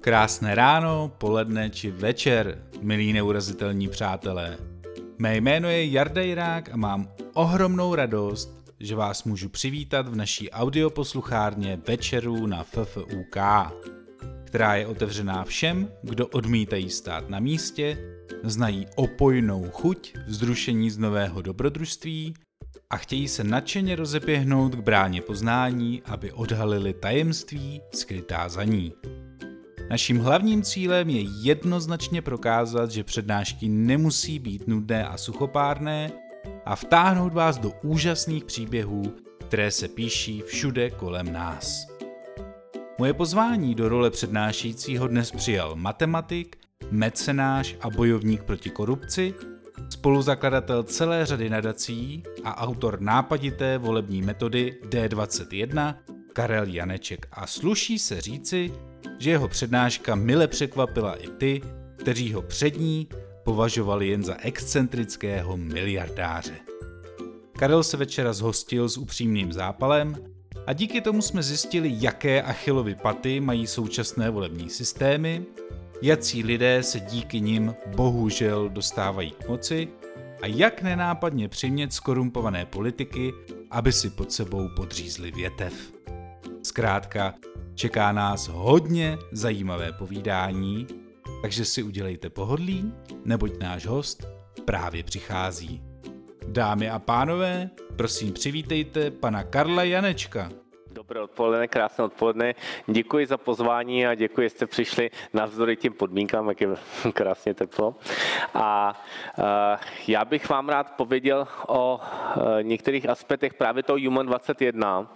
Krásné ráno, poledne či večer, milí neurazitelní přátelé. Mé jméno je Jarda Jirák a mám ohromnou radost, že vás můžu přivítat v naší audioposluchárně večerů na FFUK, která je otevřená všem, kdo odmítají stát na místě, znají opojnou chuť vzrušení z nového dobrodružství a chtějí se nadšeně rozeběhnout k bráně poznání, aby odhalili tajemství skrytá za ní. Naším hlavním cílem je jednoznačně prokázat, že přednášky nemusí být nudné a suchopárné a vtáhnout vás do úžasných příběhů, které se píší všude kolem nás. Moje pozvání do role přednášejícího dnes přijal matematik, mecenáš a bojovník proti korupci, spoluzakladatel celé řady nadací a autor nápadité volební metody D21 Karel Janeček, a sluší se říci, že jeho přednáška mile překvapila i ty, kteří ho před ní považovali jen za excentrického miliardáře. Karel se večera zhostil s upřímným zápalem a díky tomu jsme zjistili, jaké Achillovy paty mají současné volební systémy, jací lidé se díky nim bohužel dostávají k moci a jak nenápadně přimět skorumpované politiky, aby si pod sebou podřízli větev. Zkrátka, čeká nás hodně zajímavé povídání, takže si udělejte pohodlí, neboť náš host právě přichází. Dámy a pánové, prosím přivítejte pana Karla Janečka. Dobré odpoledne, krásné odpoledne. Děkuji za pozvání a děkuji, že jste přišli navzdory těm podmínkám, jak je krásně teplo. A já bych vám rád pověděl o některých aspektech právě toho Human 21,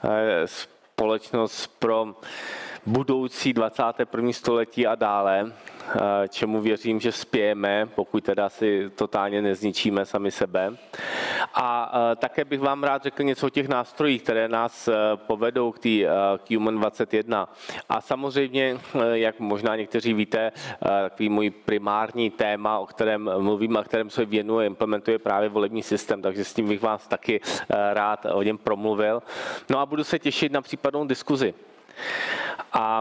společnost pro budoucí 21. století a dále, čemu věřím, že spějeme, pokud teda si totálně nezničíme sami sebe. A také bych vám rád řekl něco o těch nástrojích, které nás povedou k Human 21. A samozřejmě, jak možná někteří víte, takový můj primární téma, o kterém mluvím a kterém se věnuje, implementuje právě volební systém, takže s tím bych vás taky rád o něm promluvil. No a budu se těšit na případnou diskuzi. A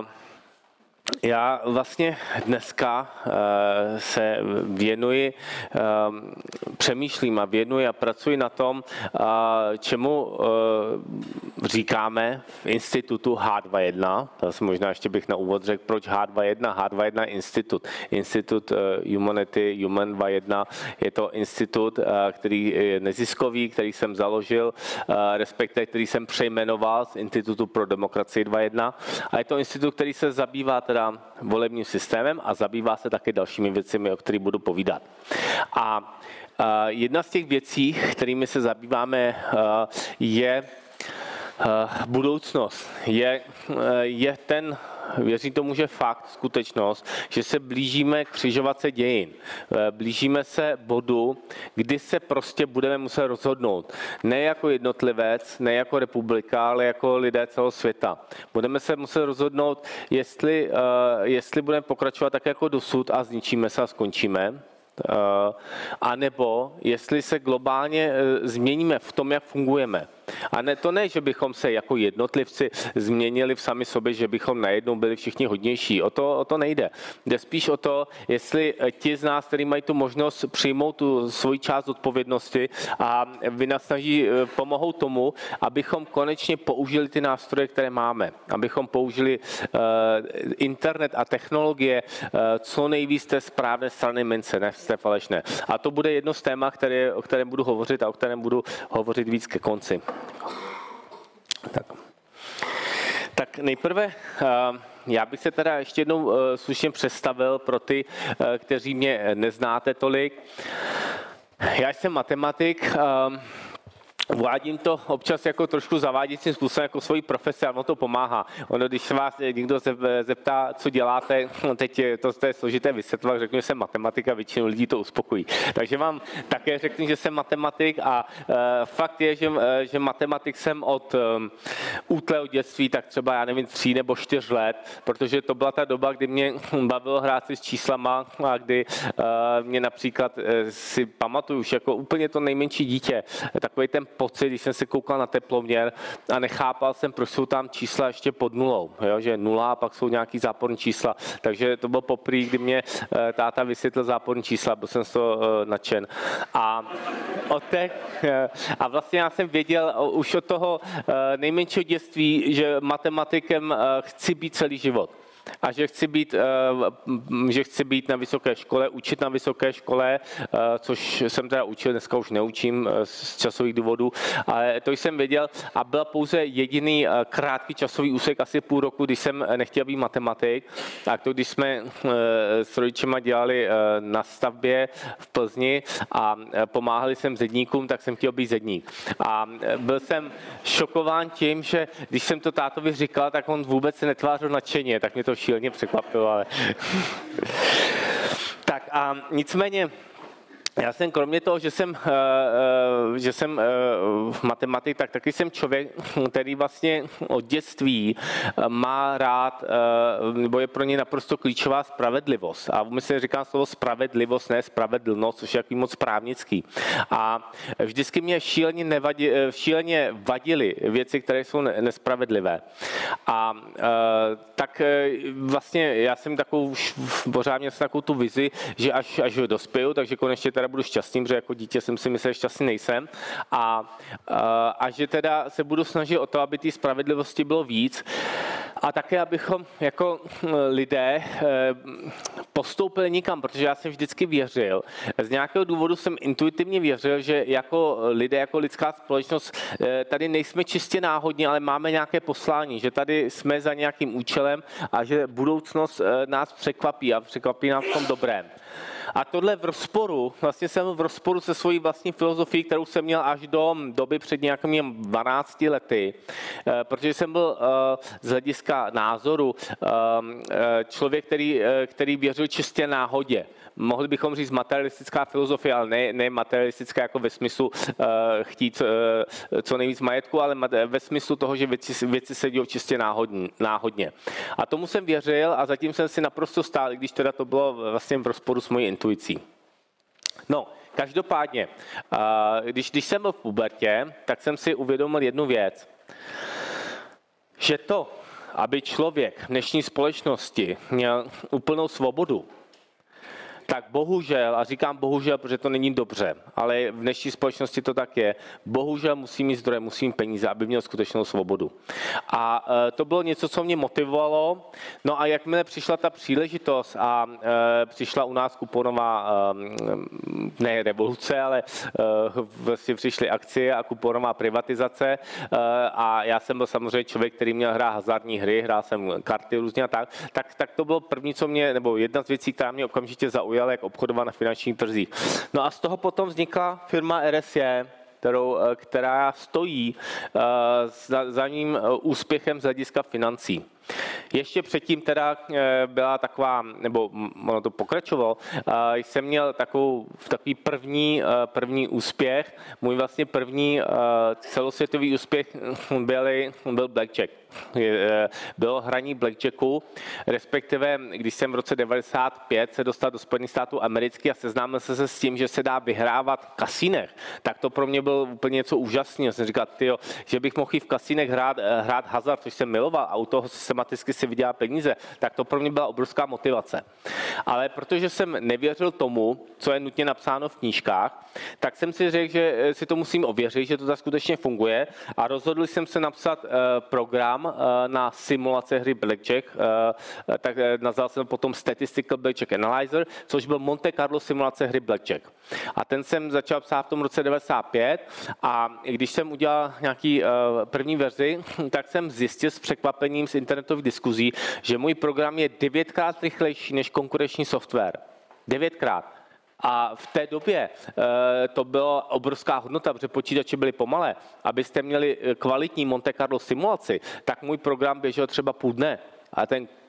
já vlastně dneska se věnuji, přemýšlím a věnuji a pracuji na tom, čemu říkáme v institutu H21. Zase možná ještě bych na úvod řekl, proč H21. H21 je institut Humanity, Human 21. Je to institut, který je neziskový, který jsem založil, respektive který jsem přejmenoval z Institutu pro demokracii 21. A je to institut, který se zabývá teda volebním systémem a zabývá se také dalšími věcmi, o kterých budu povídat. A jedna z těch věcí, kterými se zabýváme, je budoucnost. Je ten, věřím tomu, že fakt, skutečnost, že se blížíme k křižovatce dějin. Blížíme se bodu, kdy se prostě budeme muset rozhodnout. Ne jako jednotlivec, ne jako republika, ale jako lidé celého světa. Budeme se muset rozhodnout, jestli budeme pokračovat tak jako dosud a zničíme se a skončíme, a nebo jestli se globálně změníme v tom, jak fungujeme. A to ne, že bychom se jako jednotlivci změnili v sami sobě, že bychom najednou byli všichni hodnější. O to nejde. Jde spíš o to, jestli ti z nás, kteří mají tu možnost přijmout tu svoji část odpovědnosti a vynasnaží, pomohou tomu, abychom konečně použili ty nástroje, které máme. Abychom použili internet a technologie co nejvíc té správné strany mince, ne z té falešné. A to bude jedno z témat, o kterém budu hovořit a o kterém budu hovořit víc ke konci. Tak nejprve já bych se teda ještě jednou slušně představil pro ty, kteří mě neznáte tolik. Já jsem matematik. Uvádím to občas jako trošku zavádějícím způsobem jako svoji profesi, ale ono to pomáhá. Ono, když se vás někdo zeptá, co děláte, teď to je složité vysvětlovat, řeknu, že jsem matematik a většinu lidí to uspokojí. Takže vám také řeknu, že jsem matematik a fakt je, že matematik jsem od útlého dětství, tak třeba, já nevím, 3 nebo 4 let, protože to byla ta doba, kdy mě bavilo hrát si s číslama a kdy mě například si pamatuju už jako úplně to nejmenší dítě, takový ten pocit, když jsem se koukal na teploměr a nechápal jsem, proč jsou tam čísla ještě pod nulou, jo? Že 0 a pak jsou nějaký záporní čísla. Takže to bylo poprvé, kdy mě táta vysvětlil záporní čísla, byl jsem z toho nadšen. A vlastně já jsem věděl už od toho nejmenšího dětství, že matematikem chci být celý život. A že chci být na vysoké škole, učit na vysoké škole, což jsem teda učil, dneska už neučím z časových důvodů, ale to jsem věděl a byl pouze jediný krátký časový úsek, asi půl roku, když jsem nechtěl být matematik, tak to když jsme s rodičema dělali na stavbě v Plzni a pomáhali jsem zedníkům, tak jsem chtěl být zedník. A byl jsem šokován tím, že když jsem to tátovi říkal, tak on vůbec se netvářil nadšeně, tak mě to šíleně překvapilo, ale... Tak a nicméně, já jsem kromě toho, že jsem matematik, tak taky jsem člověk, který vlastně od dětství má rád, nebo je pro ně naprosto klíčová spravedlivost. A myslím, říkám slovo spravedlivost, ne spravedlnost, což je jaký moc právnický. A vždycky mě šíleně vadily věci, které jsou nespravedlivé. A tak vlastně já jsem takovou, pořád měl jsem takovou tu vizi, že až dospěju, takže konečně teda budu šťastný, protože jako dítě jsem si myslel, že šťastný nejsem a že teda se budu snažit o to, aby té spravedlivosti bylo víc a také, abychom jako lidé postoupili nikam, protože já jsem vždycky věřil, z nějakého důvodu jsem intuitivně věřil, že jako lidé, jako lidská společnost tady nejsme čistě náhodně, ale máme nějaké poslání, že tady jsme za nějakým účelem a že budoucnost nás překvapí a překvapí nás v tom dobrém. A tohle vlastně jsem v rozporu se svojí vlastní filozofií, kterou jsem měl až do doby před nějakými 12 lety, protože jsem byl z hlediska názoru člověk, který věřil čistě náhodě. Mohli bychom říct materialistická filozofie, ale ne materialistická jako ve smyslu chtít co nejvíc majetku, ale ve smyslu toho, že věci se dějou čistě náhodně. A tomu jsem věřil a zatím jsem si naprosto stál, i když teda to bylo vlastně v rozporu s mojí intuicí. No, každopádně, když jsem byl v pubertě, tak jsem si uvědomil jednu věc, že to, aby člověk v dnešní společnosti měl úplnou svobodu, tak bohužel, a říkám bohužel, protože to není dobře, ale v dnešní společnosti to tak je, bohužel musí mít zdroje, musí mít peníze, aby měl skutečnou svobodu. A to bylo něco, co mě motivovalo. No a jakmile přišla ta příležitost a přišla u nás kuponová, ne revoluce, ale vlastně přišly akcie a kuponová privatizace a já jsem byl samozřejmě člověk, který měl hrát hazardní hry, hrál jsem karty různě a tak to bylo první, co mě, nebo jedna z věcí, která mě okamžitě zaujala, jak obchodovat na finančních trzích. No a z toho potom vznikla firma RSJ, která stojí za ním úspěchem z hlediska financí. Ještě předtím teda byla taková, nebo ono to pokračovalo, jsem měl takový první úspěch. Můj vlastně první celosvětový úspěch byl blackjack. Bylo hraní blackjacku, respektive když jsem v roce 95 se dostal do Spojených států amerických a seznámil se s tím, že se dá vyhrávat v kasínech, tak to pro mě bylo úplně něco úžasného. Jsem říkal, že bych mohl i v kasínech hrát hazard, což jsem miloval a u toho systematicky si vydělal peníze, tak to pro mě byla obrovská motivace. Ale protože jsem nevěřil tomu, co je nutně napsáno v knížkách, tak jsem si řekl, že si to musím ověřit, že to tak skutečně funguje a rozhodl jsem se napsat program na simulace hry Blackjack, tak nazval jsem potom Statistical Blackjack Analyzer, což byl Monte Carlo simulace hry Blackjack. A ten jsem začal psát v tom roce 95 a když jsem udělal nějaký první verzi, tak jsem zjistil s překvapením z internetových diskuzí, že můj program je 9krát rychlejší než konkurenční software. 9krát. A v té době to byla obrovská hodnota, protože počítače byly pomalé. Abyste měli kvalitní Monte Carlo simulaci, tak můj program běžel třeba půl dne. A ten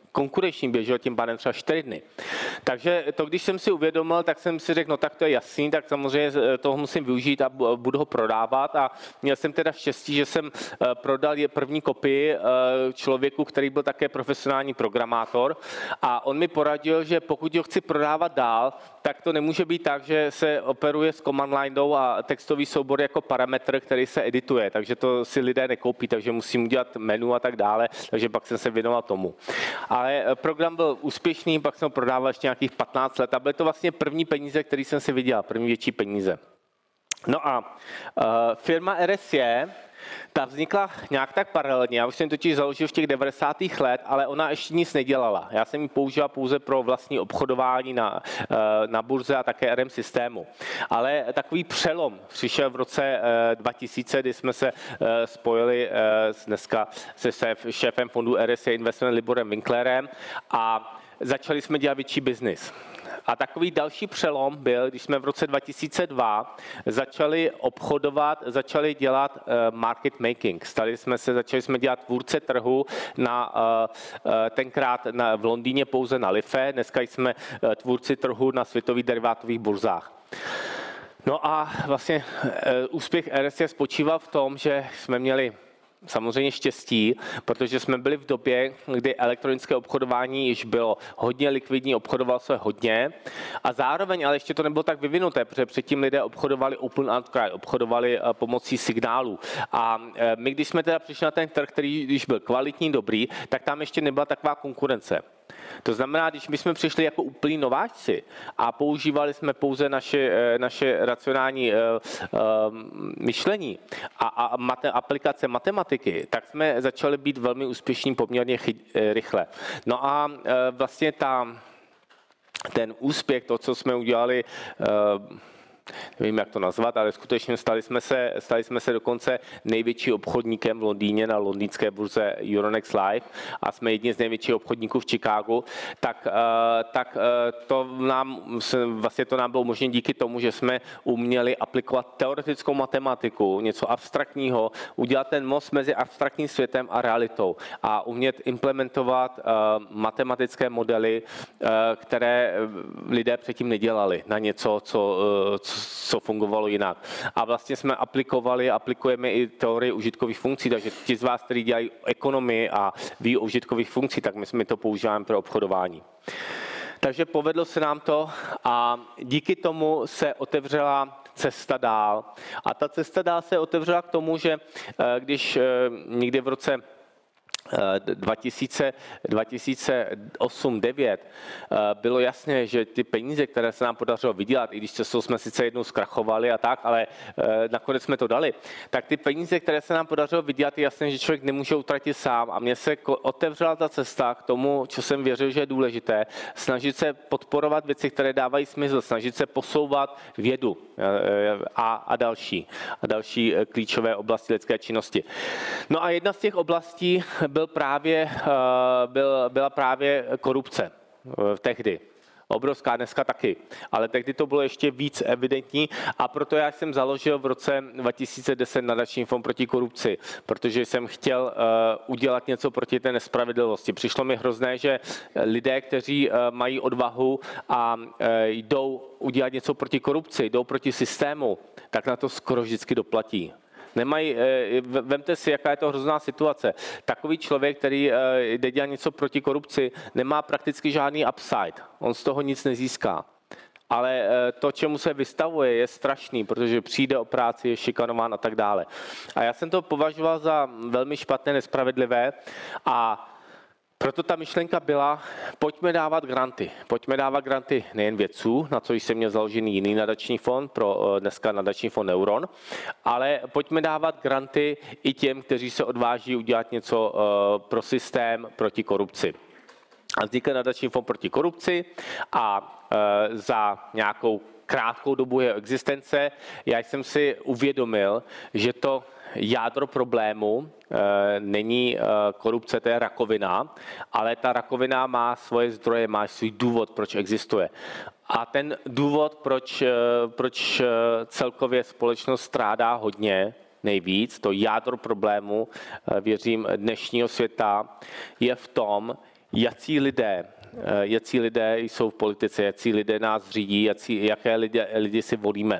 konkurenční běžel tím pádem třeba 4 dny. Takže to, když jsem si uvědomil, tak jsem si řekl, no tak to je jasný, tak samozřejmě toho musím využít a budu ho prodávat a měl jsem teda štěstí, že jsem prodal první kopii člověku, který byl také profesionální programátor a on mi poradil, že pokud ho chci prodávat dál, tak to nemůže být tak, že se operuje s command lineou a textový soubor jako parametr, který se edituje, takže to si lidé nekoupí, takže musím udělat menu a tak dále, takže pak jsem se věnoval tomu. Ale program byl úspěšný, pak jsem ho prodával ještě nějakých 15 let a byly to vlastně první peníze, které jsem si vydělal, první větší peníze. No a firma RSE, ta vznikla nějak tak paralelně, já už jsem totiž založil v těch 90. let, ale ona ještě nic nedělala. Já jsem ji používal pouze pro vlastní obchodování na burze a také RM systému. Ale takový přelom přišel v roce 2000, kdy jsme se spojili dneska se šéfem fondu RSE Investment Liborem Winklerem a začali jsme dělat větší biznis. A takový další přelom byl, když jsme v roce 2002 začali obchodovat, začali dělat market making. Začali jsme dělat tvůrce trhu tenkrát v Londýně pouze na LIFE, dneska jsme tvůrci trhu na světových derivátových burzách. No a vlastně úspěch RSE spočíval v tom, že jsme měli samozřejmě štěstí, protože jsme byli v době, kdy elektronické obchodování již bylo hodně likvidní, obchodovalo se hodně a zároveň, ale ještě to nebylo tak vyvinuté, protože předtím lidé obchodovali open outcry, obchodovali pomocí signálů. A my, když jsme teda přišli na ten trh, který když byl kvalitní, dobrý, tak tam ještě nebyla taková konkurence. To znamená, když my jsme přišli jako úplní nováčci a používali jsme pouze naše racionální myšlení a aplikace matematiky, tak jsme začali být velmi úspěšní poměrně rychle. No a vlastně ten úspěch, to, co jsme udělali, nevím, jak to nazvat, ale skutečně stali jsme se dokonce největší obchodníkem v Londýně na londýnské burze Euronext Live a jsme jedni z největších obchodníků v Chicagu, tak to nám bylo možné díky tomu, že jsme uměli aplikovat teoretickou matematiku, něco abstraktního, udělat ten most mezi abstraktním světem a realitou a umět implementovat matematické modely, které lidé předtím nedělali na něco, co fungovalo jinak. A vlastně jsme aplikujeme i teorii užitkových funkcí, takže ti z vás, kteří dělají ekonomii a ví o užitkových funkcí, tak my to používáme pro obchodování. Takže povedlo se nám to a díky tomu se otevřela cesta dál. A ta cesta dál se otevřela k tomu, že když někdy v roce 2008-2009 bylo jasné, že ty peníze, které se nám podařilo vydělat, i když cestou jsme sice jednou zkrachovali a tak, ale nakonec jsme to dali, tak ty peníze, které se nám podařilo vydělat, je jasné, že člověk nemůže utratit sám a mně se otevřela ta cesta k tomu, co jsem věřil, že je důležité, snažit se podporovat věci, které dávají smysl, snažit se posouvat vědu a další klíčové oblasti lidské činnosti. No a jedna z těch oblastí byla právě korupce tehdy. Obrovská, dneska taky, ale tehdy to bylo ještě víc evidentní a proto já jsem založil v roce 2010 nadační fond proti korupci, protože jsem chtěl udělat něco proti té nespravedlivosti. Přišlo mi hrozné, že lidé, kteří mají odvahu a jdou udělat něco proti korupci, jdou proti systému, tak na to skoro vždycky doplatí. Vemte si, jaká je to hrozná situace. Takový člověk, který jde dělat něco proti korupci, nemá prakticky žádný upside. On z toho nic nezíská. Ale to, čemu se vystavuje, je strašný, protože přijde o práci, je šikanován a tak dále. A já jsem to považoval za velmi špatné, nespravedlivé a proto ta myšlenka byla, pojďme dávat granty nejen vědců, na co jsem měl založený jiný nadační fond, dneska nadační fond Neuron, ale pojďme dávat granty i těm, kteří se odváží udělat něco pro systém proti korupci. A vznikl nadační fond proti korupci a za nějakou krátkou dobu jeho existence já jsem si uvědomil, že to jádro problému není korupce, to je rakovina, ale ta rakovina má svoje zdroje, má svůj důvod, proč existuje. A ten důvod, proč celkově společnost strádá hodně, nejvíc, to jádro problému, věřím, dnešního světa, je v tom, jací lidé jsou v politice, jací lidé nás řídí, jaké lidi si volíme,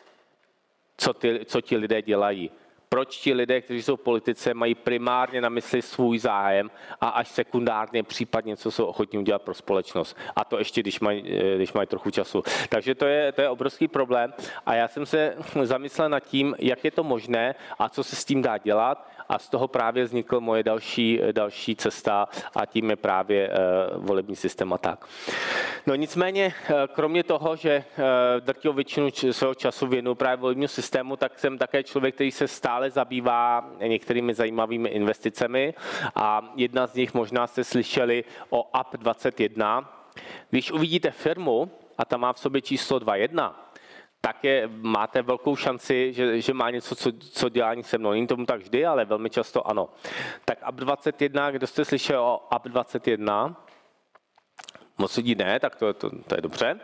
co ti lidé dělají. Proč ti lidé, kteří jsou v politice, mají primárně na mysli svůj zájem a až sekundárně případně, co jsou ochotní udělat pro společnost. A to ještě, když mají trochu času. Takže to je obrovský problém a já jsem se zamyslel nad tím, jak je to možné a co se s tím dá dělat a z toho právě vznikl moje další cesta a tím je právě volební systém a tak. No nicméně, kromě toho, že drtivou většinu svého času věnuju právě volebnímu systému, tak jsem také člověk, který se stále zabývá některými zajímavými investicemi a jedna z nich možná jste slyšeli o AP21. Když uvidíte firmu a ta má v sobě číslo 21, tak máte velkou šanci, že má něco, co dělá se mnou. Není tomu tak vždy, ale velmi často ano. Tak AP21, kdo jste slyšel o AP21? Moc lidí ne, tak to je dobře.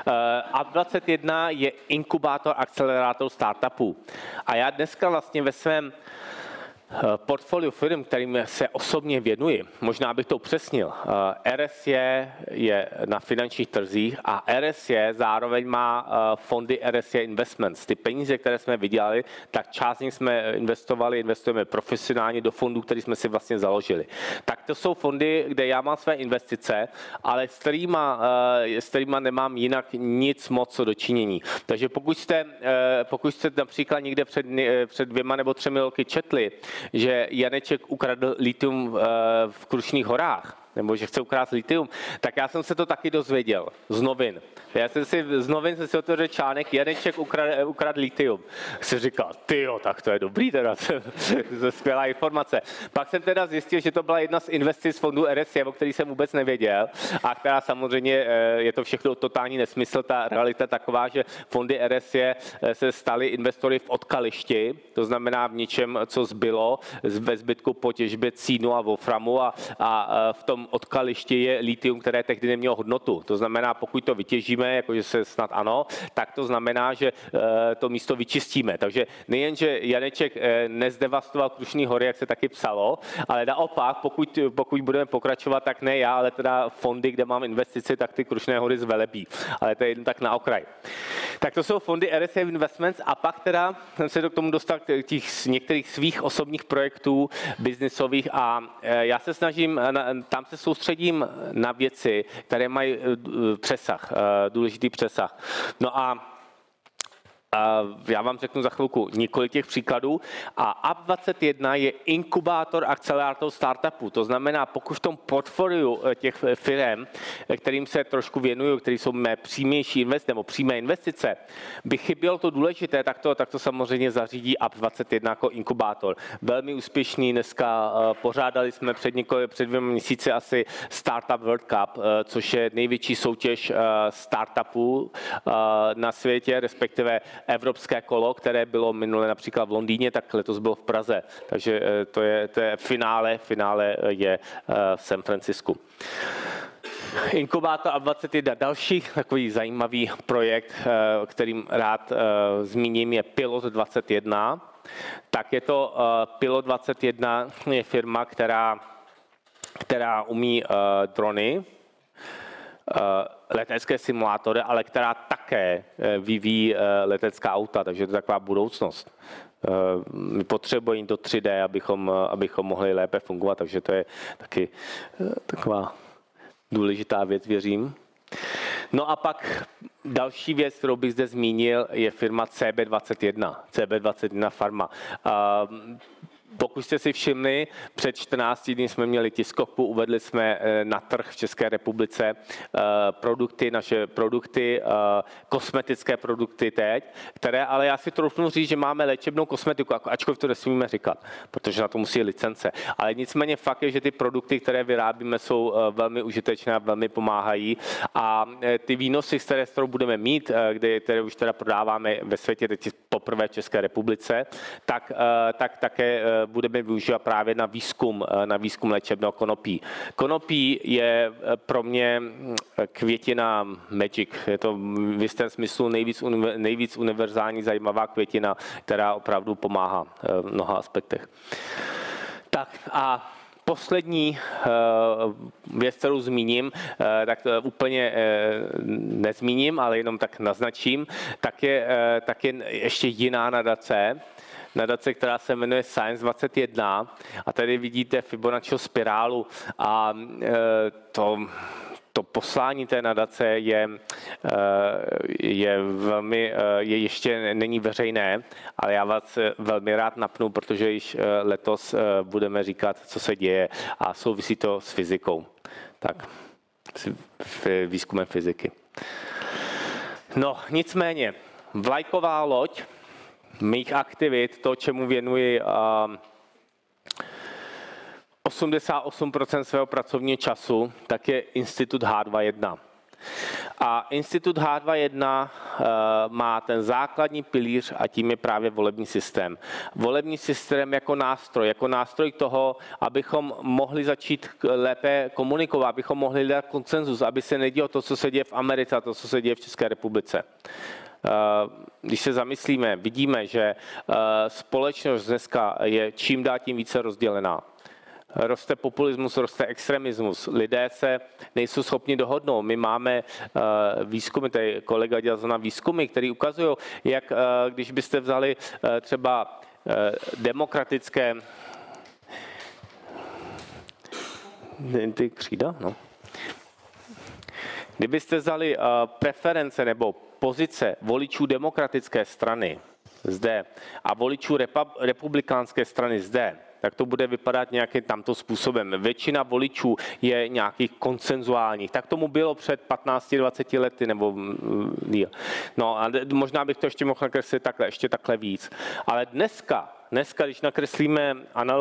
AP21 je inkubátor, akcelerátor startupů. A já dneska vlastně ve svém portfoliu firm, kterým se osobně věnuji, možná bych to upřesnil. RSJ je na finančních trzích a RSJ zároveň má fondy RSJ Investments. Ty peníze, které jsme vydělali, tak část z nich jsme investujeme profesionálně do fondů, které jsme si vlastně založili. Tak to jsou fondy, kde já mám své investice, ale s kterýma nemám jinak nic moc co dočinění. Takže pokud jste například někde před 2 nebo 3 roky četli, že Janeček ukradl lithium v Krušných horách, nebo že chce ukrást lithium, tak já jsem se to taky dozvěděl z novin. Z novin jsem si otevřel článek, Janeček ukradl lithium. Jsem říkal, tyjo, tak to je dobrý teda, to je skvělá informace. Pak jsem teda zjistil, že to byla jedna z investic fondu RSJ, o který jsem vůbec nevěděl a která samozřejmě je to všechno totální nesmysl, ta realita taková, že fondy RSJ se staly investory v odkališti, to znamená v něčem, co zbylo ve zbytku po těžbě cínu a wolframu a v tom odkališti je lithium, které tehdy nemělo hodnotu. To znamená, pokud to vytěžíme, jakože se snad ano, tak to znamená, že to místo vyčistíme. Takže nejen, že Janeček nezdevastoval Krušný hory, jak se taky psalo, ale naopak, pokud budeme pokračovat, tak ne já, ale teda fondy, kde mám investici, tak ty Krušné hory zvelebí. Ale to je jen tak na okraj. Tak to jsou fondy RSJ Investments a pak teda jsem se k tomu dostal k některých svých osobních projektů biznisových a já se snažím, tam se soustředím na věci, které mají přesah, důležitý přesah. No a já vám řeknu za chvilku několik těch příkladů. A AP21 je inkubátor, akcelerátor startupů. To znamená, pokud v tom portfoliu těch firm, kterým se trošku věnuju, který jsou mé přímější nebo přímé investice, by chybělo to důležité, tak to samozřejmě zařídí AP21 jako inkubátor. Velmi úspěšný dneska pořádali jsme před 2 měsíci asi Startup World Cup, což je největší soutěž startupů na světě, respektive evropské kolo, které bylo minule například v Londýně, tak letos bylo v Praze. Takže to je finále je v San Francisku. Inkubátor AP21, další takový zajímavý projekt, kterým rád zmíním, je Pilot 21. Tak je to Pilot 21 je firma, která umí drony, letecké simulátory, ale která také vyvíjí letecká auta, takže to je taková budoucnost. My potřebujeme do 3D, abychom mohli lépe fungovat, takže to je taky taková důležitá věc, věřím. No a pak další věc, kterou bych zde zmínil, je firma CB21 Pharma. Pokud jste si všimli, před 14 dny jsme měli tiskovku, uvedli jsme na trh v České republice naše produkty, kosmetické produkty teď, které, ale já si troufnu říct, že máme léčebnou kosmetiku, ačkoliv to nesmíme říkat, protože na to musí licence. Ale nicméně fakt je, že ty produkty, které vyrábíme, jsou velmi užitečné a velmi pomáhají a ty výnosy, které budeme mít, které už teda prodáváme ve světě, teď poprvé v České republice, tak také budeme využívat právě na výzkum léčebného konopí. Konopí je pro mě květina magic. Je to v jistém smyslu nejvíc univerzální zajímavá květina, která opravdu pomáhá v mnoha aspektech. Tak a poslední věc, kterou zmíním, tak to úplně nezmíním, ale jenom tak naznačím, tak je ještě jiná nadace, která se jmenuje Science 21 a tady vidíte Fibonacciho spirálu a to poslání té nadace ještě není veřejné, ale já vás velmi rád napnu, protože již letos budeme říkat, co se děje a souvisí to s fyzikou. Tak, s výzkumem fyziky. No, nicméně, vlajková loď mých aktivit, to, čemu věnuji 88% svého pracovního času, tak je Institut H21. A Institut H21 má ten základní pilíř a tím je právě volební systém. Volební systém jako nástroj toho, abychom mohli začít lépe komunikovat, abychom mohli dát konsenzus, aby se nedělo to, co se děje v Americe a to, co se děje v České republice. Když se zamyslíme, vidíme, že společnost dneska je čím dál tím více rozdělená. Roste populismus, roste extremismus. Lidé se nejsou schopni dohodnout. My máme výzkumy, tady kolega dělal na výzkumy, které ukazují, jak když byste vzali třeba demokratické ty křída, no. Kdybyste vzali preference nebo pozice voličů demokratické strany zde a voličů republikánské strany zde, tak to bude vypadat nějakým tamto způsobem. Většina voličů je nějakých konsenzuálních. Tak tomu bylo před 15-20 lety nebo no a možná bych to ještě mohl nakreslit takhle, ještě takhle víc. Ale dneska, když nakreslíme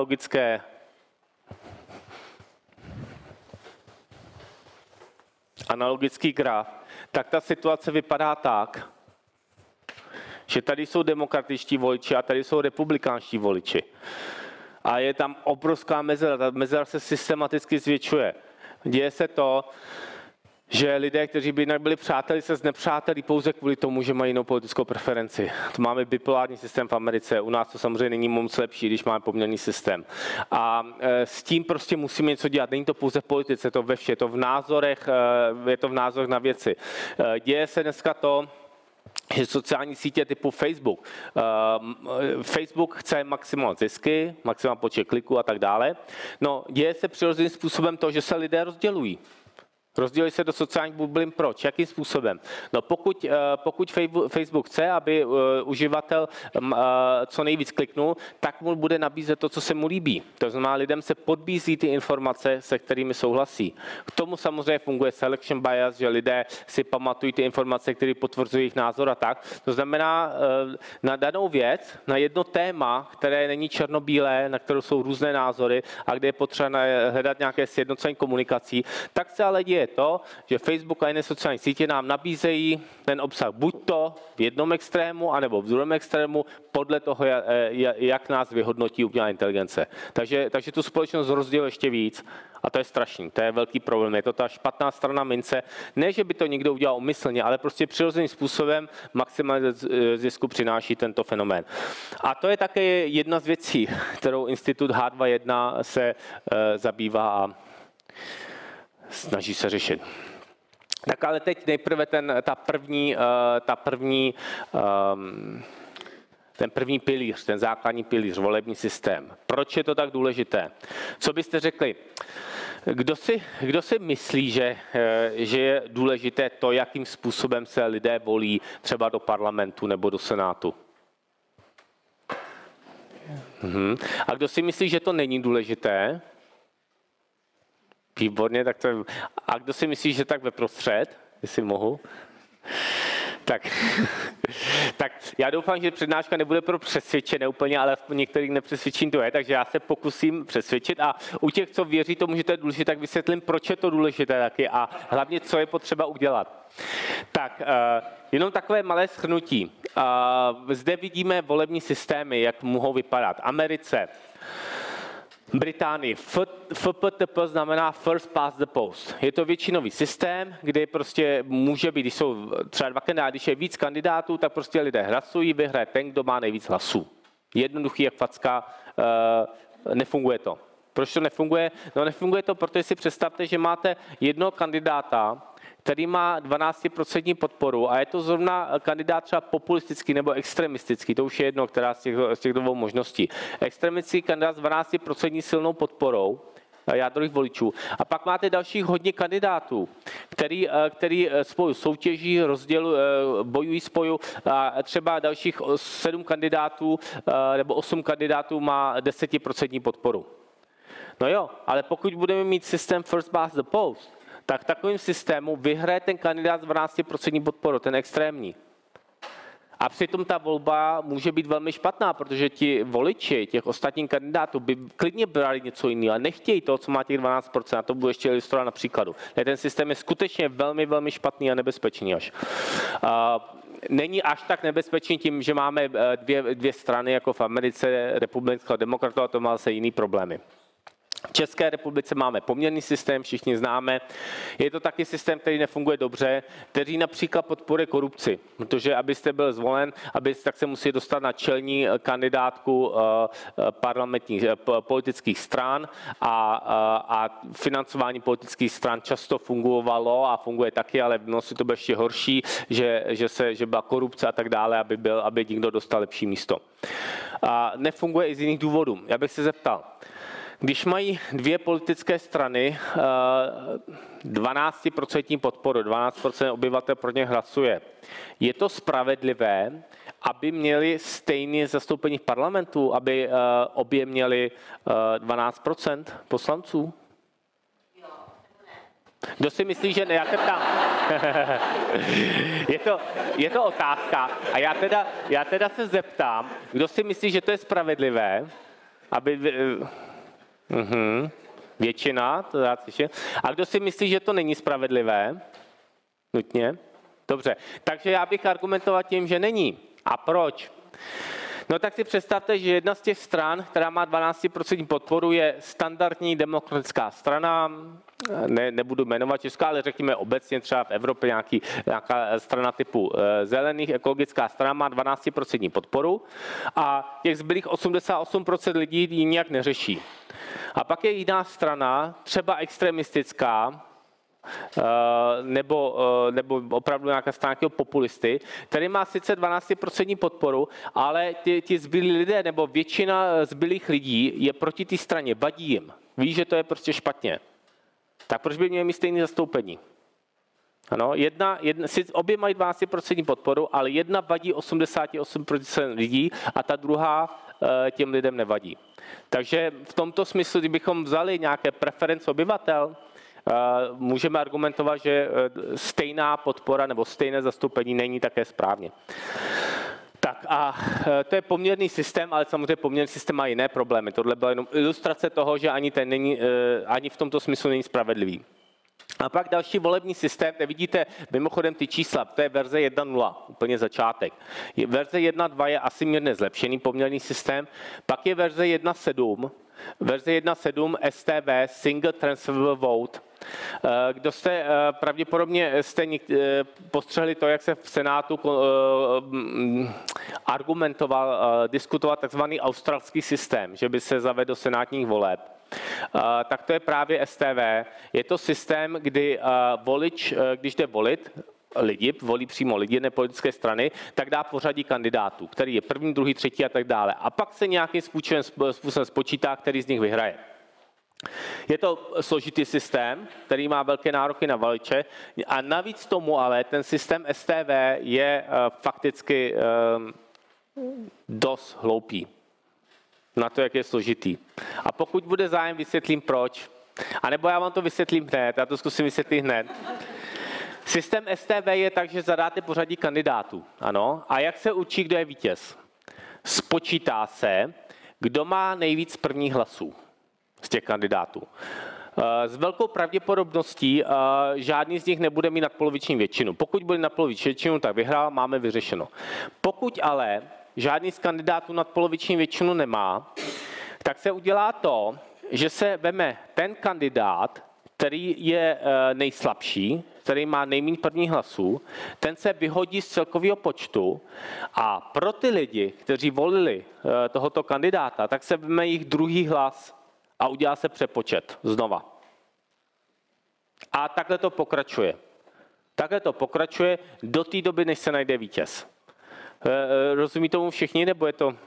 analogický graf, tak ta situace vypadá tak, že tady jsou demokratičtí voliči a tady jsou republikánští voliči. A je tam obrovská mezera, ta mezera se systematicky zvětšuje. Děje se to, že lidé, kteří by jinak byli přáteli, se znepřátelí pouze kvůli tomu, že mají jinou politickou preferenci. To máme bipolární systém v Americe, u nás to samozřejmě není moc lepší, když máme poměrný systém. A s tím prostě musíme něco dělat. Není to pouze v politice, je to ve vše, je to v názorech na věci. Děje se dneska to, že sociální sítě typu Facebook chce maximální zisky, maximální počet kliků a tak dále. No, děje se přirozeným způsobem to, že se lidé rozdělují. Rozdělují se do sociálních bublin. Proč? Jakým způsobem? No pokud Facebook chce, aby uživatel co nejvíc kliknul, tak mu bude nabízet to, co se mu líbí. To znamená, lidem se podbízí ty informace, se kterými souhlasí. K tomu samozřejmě funguje selection bias, že lidé si pamatují ty informace, které potvrzují jejich názor a tak. To znamená, na danou věc, na jedno téma, které není černobílé, na kterou jsou různé názory a kde je potřeba hledat nějaké sjednocení komunikací, tak se ale děje to, že Facebook a jiné sociální sítě nám nabízejí ten obsah buď to v jednom extrému, anebo v druhém extrému, podle toho, jak nás vyhodnotí umělá inteligence. Takže tu společnost rozděluje ještě víc a to je strašný, to je velký problém. Je to ta špatná strana mince. Ne, že by to někdo udělal umyslně, ale prostě přirozeným způsobem maximalizace zisku přináší tento fenomén. A to je také jedna z věcí, kterou Institut H21 se zabývá a snaží se řešit. Tak ale teď nejprve ten první pilíř, ten základní pilíř, volební systém. Proč je to tak důležité? Co byste řekli? Kdo si myslí, že je důležité to, jakým způsobem se lidé volí třeba do parlamentu nebo do senátu? A kdo si myslí, že to není důležité? Výborně, tak to je... A kdo si myslí, že tak ve prostřed, jestli mohu? Tak já doufám, že přednáška nebude pro přesvědčené úplně, ale některých nepřesvědčení to je, takže já se pokusím přesvědčit a u těch, co věří tomu, že to je důležité, tak vysvětlím, proč je to důležité taky a hlavně, co je potřeba udělat. Tak, jenom takové malé shrnutí. Zde vidíme volební systémy, jak mohou vypadat. Americe, Británii. FPTP znamená First Past the Post. Je to většinový systém, kde prostě může být, když jsou třeba dva kandidáti, když je víc kandidátů, tak prostě lidé hlasují, vyhraje ten, kdo má nejvíc hlasů. Jednoduchý jak facka, nefunguje to. Proč to nefunguje? No nefunguje to, protože si představte, že máte jednoho kandidáta, který má 12% podporu a je to zrovna kandidát třeba populistický nebo extremistický, to už je jedno, která z těch dvou možností. Extremistický kandidát s 12% silnou podporou jádrových voličů. A pak máte dalších hodně kandidátů, který spolu soutěží, bojují spolu. A třeba dalších 7 kandidátů nebo 8 kandidátů má 10% podporu. No jo, ale pokud budeme mít systém first past the post, tak v takovém systému vyhraje ten kandidát s 12% podporou, ten extrémní. A přitom ta volba může být velmi špatná, protože ti voliči těch ostatních kandidátů by klidně brali něco jiného, ale nechtějí to, co má těch 12%. A to budu ještě ilustrovat na příkladu. Ten systém je skutečně velmi, velmi špatný a nebezpečný až. Není až tak nebezpečný tím, že máme dvě strany, jako v Americe, republikánská a demokratů, a to má se jiný problémy. V České republice máme poměrný systém, všichni známe. Je to taky systém, který nefunguje dobře, který například podporuje korupci, protože abyste byl zvolen, tak se musí dostat na čelní kandidátku parlamentních politických stran a financování politických stran často fungovalo a funguje taky, ale v minulosti to bylo ještě horší, že byla korupce a tak dále, aby někdo dostal lepší místo. A nefunguje i z jiných důvodů. Já bych se zeptal, když mají dvě politické strany 12% podporu, 12% obyvatel pro ně hlasuje, je to spravedlivé, aby měli stejné zastoupení v parlamentu, aby obě měli 12% poslanců? Kdo si myslí, že ne? Já se ptám. je to otázka. A já teda se zeptám, kdo si myslí, že to je spravedlivé, aby... Většina, to já slyším. A kdo si myslí, že to není spravedlivé? Nutně? Dobře. Takže já bych argumentoval tím, že není. A proč? No tak si představte, že jedna z těch stran, která má 12% podporu, je standardní demokratická strana, nebudu jmenovat Česká, ale řekněme obecně třeba v Evropě nějaká strana typu zelených, ekologická strana má 12% podporu a těch zbylých 88% lidí ji nijak neřeší. A pak je jiná strana, třeba extremistická, nebo opravdu nějaká strana populisty, který má sice 12% podporu, ale ti zbylí lidé nebo většina zbylých lidí je proti té straně, vadí jim. Ví, že to je prostě špatně. Tak proč by měli mít stejné zastoupení? Ano, obě mají 12% podporu, ale jedna vadí 88% lidí a ta druhá těm lidem nevadí. Takže v tomto smyslu, kdybychom vzali nějaké preference obyvatel, můžeme argumentovat, že stejná podpora nebo stejné zastoupení není také správně. Tak a to je poměrný systém, ale samozřejmě poměrný systém má jiné problémy. Tohle byla jenom ilustrace toho, že ani v tomto smyslu není spravedlivý. A pak další volební systém, kde vidíte mimochodem ty čísla, to je verze 1.0, úplně začátek. Verze 1.2 je asi mírně zlepšený poměrný systém, pak je verze 1.7, verze 1.7 STV, Single Transferable Vote. Kdo jste pravděpodobně postřehli to, jak se v Senátu diskutoval takzvaný australský systém, že by se zavedl do senátních voleb. Tak to je právě STV. Je to systém, kdy volič, když jde volit, volí přímo lidi jedné politické strany, tak dá pořadí kandidátů, který je první, druhý, třetí a tak dále. A pak se nějakým způsobem spočítá, který z nich vyhraje. Je to složitý systém, který má velké nároky na voliče a navíc tomu ale ten systém STV je fakticky dost hloupý na to, jak je složitý. A pokud bude zájem, vysvětlím proč. A nebo já vám to vysvětlím hned, já to zkusím vysvětlit hned. Systém STV je tak, že zadáte pořadí kandidátů. Ano. A jak se určí, kdo je vítěz? Spočítá se, kdo má nejvíc prvních hlasů z těch kandidátů. S velkou pravděpodobností žádný z nich nebude mít nadpoloviční většinu. Pokud bude nadpoloviční většinu, tak vyhrál, máme vyřešeno. Pokud ale žádný z kandidátů nadpoloviční většinu nemá, tak se udělá to, že se veme ten kandidát, který je nejslabší, který má nejméně prvních hlasů, ten se vyhodí z celkového počtu a pro ty lidi, kteří volili tohoto kandidáta, tak se veme jejich druhý hlas a udělá se přepočet znova. A takhle to pokračuje. Takhle to pokračuje do té doby, než se najde vítěz. Rozumí tomu všichni, nebo je to...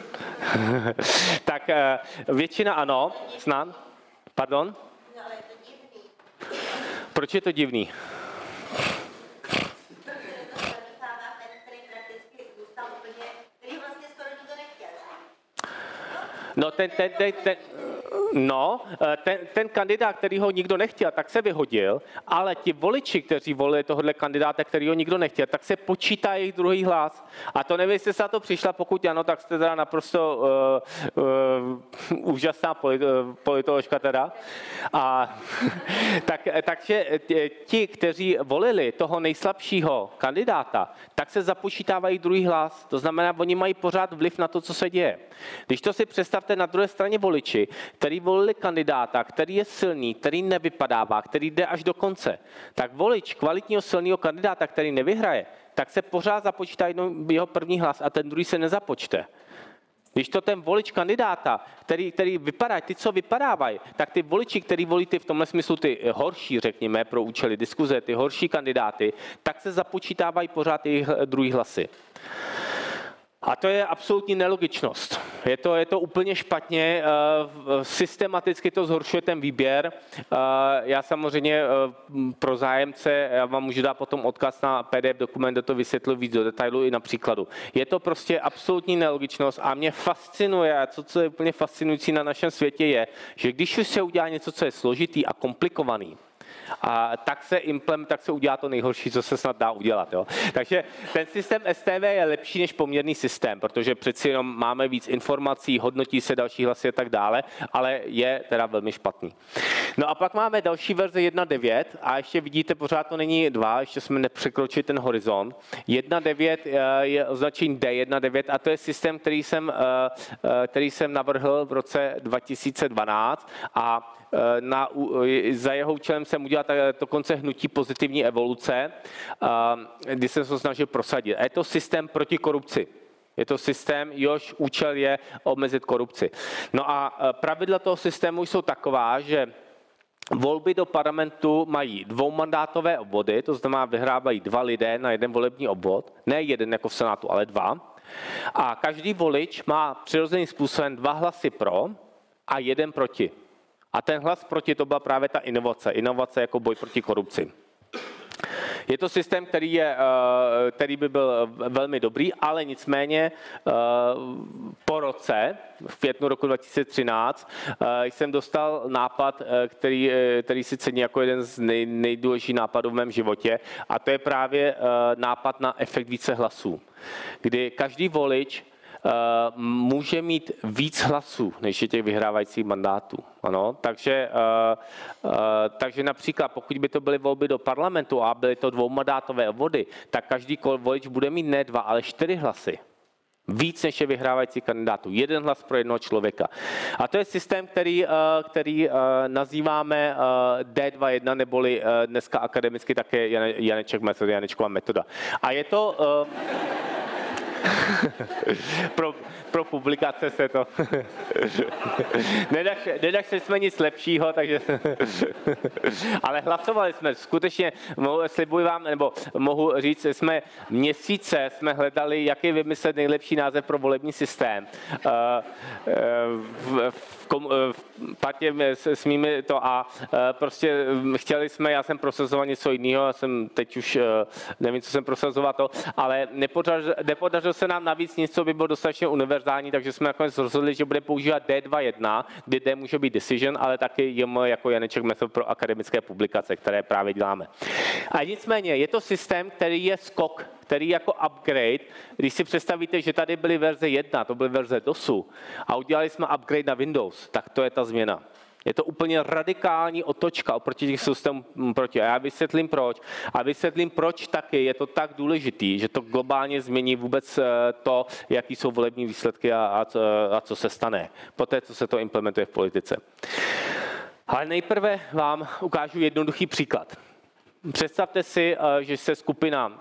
Tak většina ano, snad. Pardon? Ale je to divný. Proč je to divný? Protože to zanechává ten, který prakticky zůstal úplně, který vlastně skoro nikdo nechtěl. No, ten kandidát, který ho nikdo nechtěl, tak se vyhodil, ale ti voliči, kteří volili tohohle kandidáta, který ho nikdo nechtěl, tak se počítá jejich druhý hlas. A to nevím, jestli se na to přišla, pokud ano, tak jste teda naprosto úžasná politoložka teda. A, takže ti, kteří volili toho nejslabšího kandidáta, tak se započítávají druhý hlas. To znamená, oni mají pořád vliv na to, co se děje. Když to si představte na druhé straně voliči, který volili kandidáta, který je silný, který nevypadává, který jde až do konce, tak volič kvalitního silného kandidáta, který nevyhraje, tak se pořád započítá jeho první hlas a ten druhý se nezapočte. Když to ten volič kandidáta, který vypadá, ty, co vypadávají, tak ty voliči, který volí ty v tomhle smyslu ty horší, řekněme, pro účely diskuze, ty horší kandidáty, tak se započítávají pořád jejich druhý hlasy. A to je absolutní nelogičnost. Je to úplně špatně, systematicky to zhoršuje ten výběr. Já samozřejmě pro zájemce, já vám můžu dát potom odkaz na PDF dokument, kde to vysvětluji víc do detailu i na příkladu. Je to prostě absolutní nelogičnost a mě fascinuje, a co je úplně fascinující na našem světě je, že když už se udělá něco, co je složitý a komplikovaný, a tak se udělá to nejhorší, co se snad dá udělat. Jo. Takže ten systém STV je lepší než poměrný systém, protože přeci jenom máme víc informací, hodnotí se další hlasy a tak dále, ale je teda velmi špatný. No a pak máme další verze 1.9 a ještě vidíte, pořád to není 2, ještě jsme nepřekročili ten horizont. 1.9 je označení D1.9 a to je systém, který jsem navrhl v roce 2012 a za jeho účelem jsem udělal dokonce hnutí pozitivní evoluce, kdy jsem se snažil prosadit. A je to systém proti korupci. Je to systém, jehož účel je omezit korupci. No a pravidla toho systému jsou taková, že volby do parlamentu mají dvoumandátové obvody, to znamená vyhrávají 2 lidé na jeden volební obvod, ne jeden jako v Senátu, ale 2. A každý volič má přirozeným způsobem 2 hlasy pro a 1 proti. A ten hlas proti to byla právě ta inovace jako boj proti korupci. Je to systém, který by byl velmi dobrý, ale nicméně po roce, v květnu roku 2013, jsem dostal nápad, který si cení jako jeden z nejdůležitějších nápadů v mém životě, a to je právě nápad na efekt více hlasů, kdy každý volič může mít víc hlasů, než je těch vyhrávajících mandátů. Ano? Takže například, pokud by to byly volby do parlamentu a byly to dvoumandátové obvody, tak každý volič bude mít ne 2, ale 4 hlasy. Víc než je vyhrávající kandidátů. 1 hlas pro jednoho člověka. A to je systém, který nazýváme D2.1, neboli dneska akademicky také Janečkova metoda. A je to... pro publikace se to... Nedašli jsme nic lepšího, takže... Ale hlasovali jsme, skutečně, slibuji vám, nebo mohu říct, jsme měsíce hledali, jaký vymyslet nejlepší název pro volební systém. V partě s mými to a prostě chtěli jsme, já jsem prosazoval něco jiného, já jsem teď už nevím, co jsem prosazoval to, ale nepodařilo se nám navíc nic, co by bylo dostatečně univerzální, takže jsme nakonec rozhodli, že bude používat D2.1, kdy D může být decision, ale taky JM jako Janeček method pro akademické publikace, které právě děláme. A nicméně je to systém, který je skok, který jako upgrade, když si představíte, že tady byly verze 1, to byly verze DOSu a udělali jsme upgrade na Windows, tak to je ta změna. Je to úplně radikální otočka oproti těch systémům proti. A já vysvětlím proč. A vysvětlím, proč taky je to tak důležitý, že to globálně změní vůbec to, jaký jsou volební výsledky a co se stane. Poté, co se to implementuje v politice. Ale nejprve vám ukážu jednoduchý příklad. Představte si, že se skupina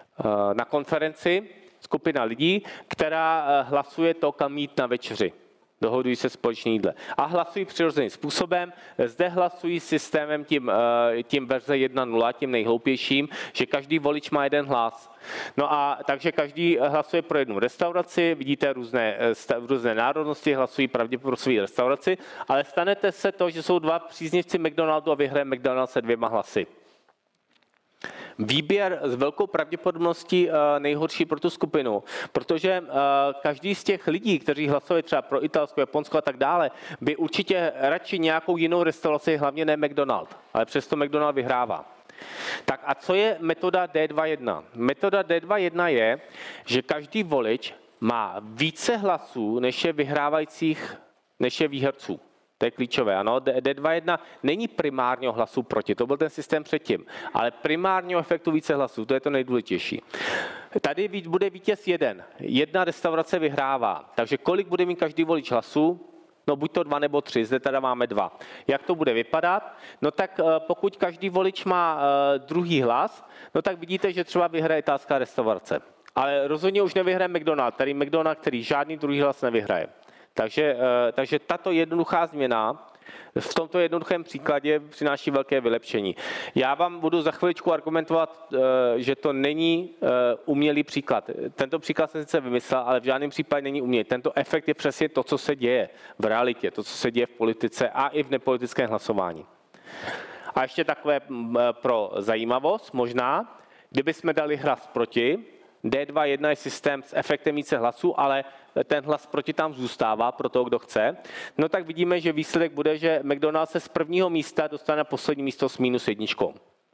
na konferenci, skupina lidí, která hlasuje to, kam jít na večeři. Dohodují se společně jídle. A hlasují přirozeným způsobem. Zde hlasují systémem tím verze 1.0, tím nejhloupějším, že každý volič má jeden hlas. No a takže každý hlasuje pro jednu restauraci, vidíte různé národnosti, hlasují pravděpodobně pro svou restauraci, ale stanete se to, že jsou dva příznivci McDonaldu a vyhraje McDonald's se 2 hlasy. Výběr s velkou pravděpodobností nejhorší pro tu skupinu, protože každý z těch lidí, kteří hlasovali třeba pro Italsko, Japonsko a tak dále, by určitě radši nějakou jinou restauraci, hlavně ne McDonald, ale přesto McDonald vyhrává. Tak a co je metoda D2.1? Metoda D2.1 je, že každý volič má více hlasů, než je vyhrávajících, než je výherců. To je klíčové. Ano, D2.1 není primárního hlasu proti, to byl ten systém předtím, ale primárního efektu více hlasů, to je to nejdůležitější. Tady bude vítěz jeden. Jedna restaurace vyhrává. Takže kolik bude mít každý volič hlasů? No buď to 2 nebo 3, zde teda máme 2. Jak to bude vypadat? No tak pokud každý volič má druhý hlas, no tak vidíte, že třeba vyhraje italská restaurace. Ale rozhodně už nevyhraje McDonald, který žádný druhý hlas nevyhraje. Takže tato jednoduchá změna v tomto jednoduchém příkladě přináší velké vylepšení. Já vám budu za chviličku argumentovat, že to není umělý příklad. Tento příklad jsem sice vymyslel, ale v žádném případě není umělý. Tento efekt je přesně to, co se děje v realitě, to, co se děje v politice a i v nepolitickém hlasování. A ještě takové pro zajímavost, možná, kdybychom dali hlas proti, D2.1 je systém s efektem více hlasů, ale ten hlas proti tam zůstává pro toho, kdo chce. No tak vidíme, že výsledek bude, že McDonald's se z prvního místa dostane na poslední místo s -1.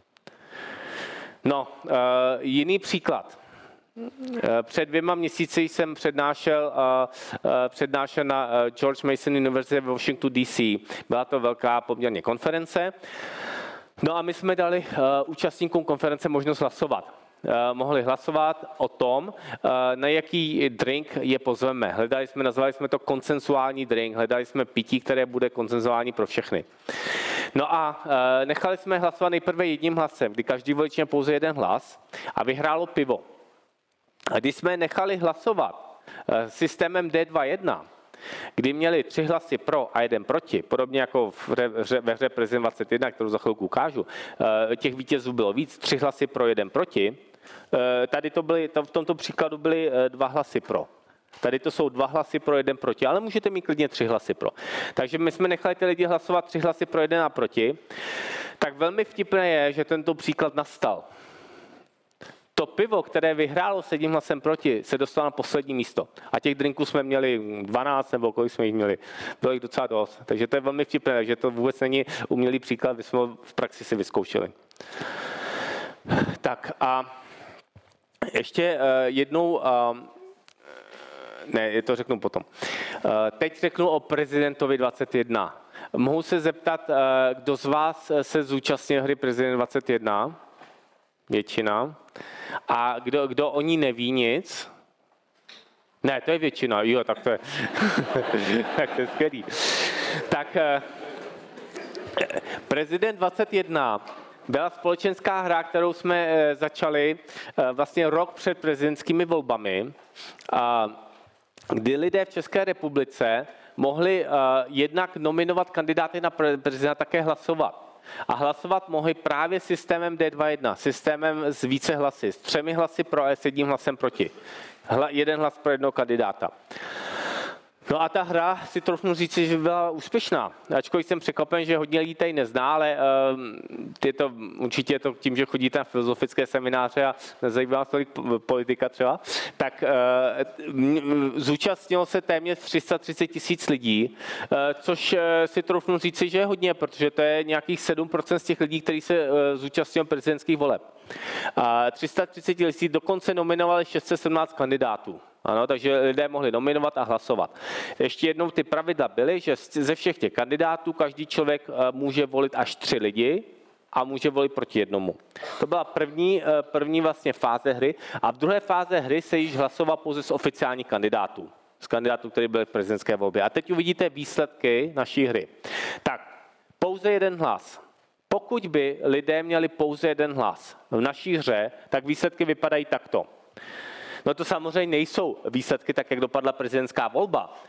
No, jiný příklad. Před 2 měsíci jsem přednášel na George Mason University v Washington DC. Byla to velká poměrně konference. No a my jsme dali účastníkům konference možnost hlasovat. Mohli hlasovat o tom, na jaký drink je pozveme. Nazvali jsme to konsensuální drink, hledali jsme pití, které bude konsensuální pro všechny. No a nechali jsme hlasovat nejprve jedním hlasem, kdy každý volič měl pouze jeden hlas a vyhrálo pivo. A když jsme nechali hlasovat systémem D2.1, kdy měli 3 hlasy pro a 1 proti, podobně jako ve hře Prezident 21, kterou za chvilku ukážu, těch vítězů bylo víc, 3 hlasy pro, 1 proti, tady v tomto příkladu byly 2 hlasy pro. Tady to jsou 2 hlasy pro, 1 proti, ale můžete mít klidně 3 hlasy pro. Takže my jsme nechali ty lidi hlasovat 3 hlasy pro, 1 a proti. Tak velmi vtipné je, že tento příklad nastal. To pivo, které vyhrálo s 1 hlasem proti, se dostalo na poslední místo. A těch drinků jsme měli 12, nebo kolik jsme jich měli. Bylo jich docela dost. Takže to je velmi vtipné, takže to vůbec není umělý příklad, my jsme ho v praxi si vyzkoušeli. Tak a ještě jednou, ne, to řeknu potom. Teď řeknu o Prezidentovi 21. Mohu se zeptat, kdo z vás se zúčastnil hry Prezident 21? Většina. A kdo o ní neví nic? Ne, to je většina. Jo, tak to je, tak to je skvělý. Tak Prezident 21 byla společenská hra, kterou jsme začali vlastně rok před prezidentskými volbami, kdy lidé v České republice mohli jednak nominovat kandidáty na prezidenta, také hlasovat. A hlasovat mohli právě systémem D2.1, systémem s více hlasy, s 3 hlasy pro a s 1 hlasem proti. 1 hlas pro jednoho kandidáta. No a ta hra si troufnu říct, že byla úspěšná. Ačkoliv jsem překvapen, že hodně lidí tady nezná, ale určitě je to tím, že chodíte na filozofické semináře a nezajímá vás tolik politika třeba, tak zúčastnilo se téměř 330 000 lidí, což si troufnu říci, že je hodně, protože to je nějakých 7% z těch lidí, kteří se zúčastnili prezidentských voleb. 330 lidí dokonce nominovali 617 kandidátů. Ano, takže lidé mohli nominovat a hlasovat. Ještě jednou ty pravidla byly, že ze všech těch kandidátů každý člověk může volit až 3 lidi a může volit proti jednomu. To byla první vlastně fáze hry a v druhé fáze hry se již hlasoval pouze z oficiálních kandidátů. Z kandidátů, kteří byli v prezidentské volbě. A teď uvidíte výsledky naší hry. Tak, pouze 1 hlas. Pokud by lidé měli pouze 1 hlas v naší hře, tak výsledky vypadají takto. No to samozřejmě nejsou výsledky tak, jak dopadla prezidentská volba,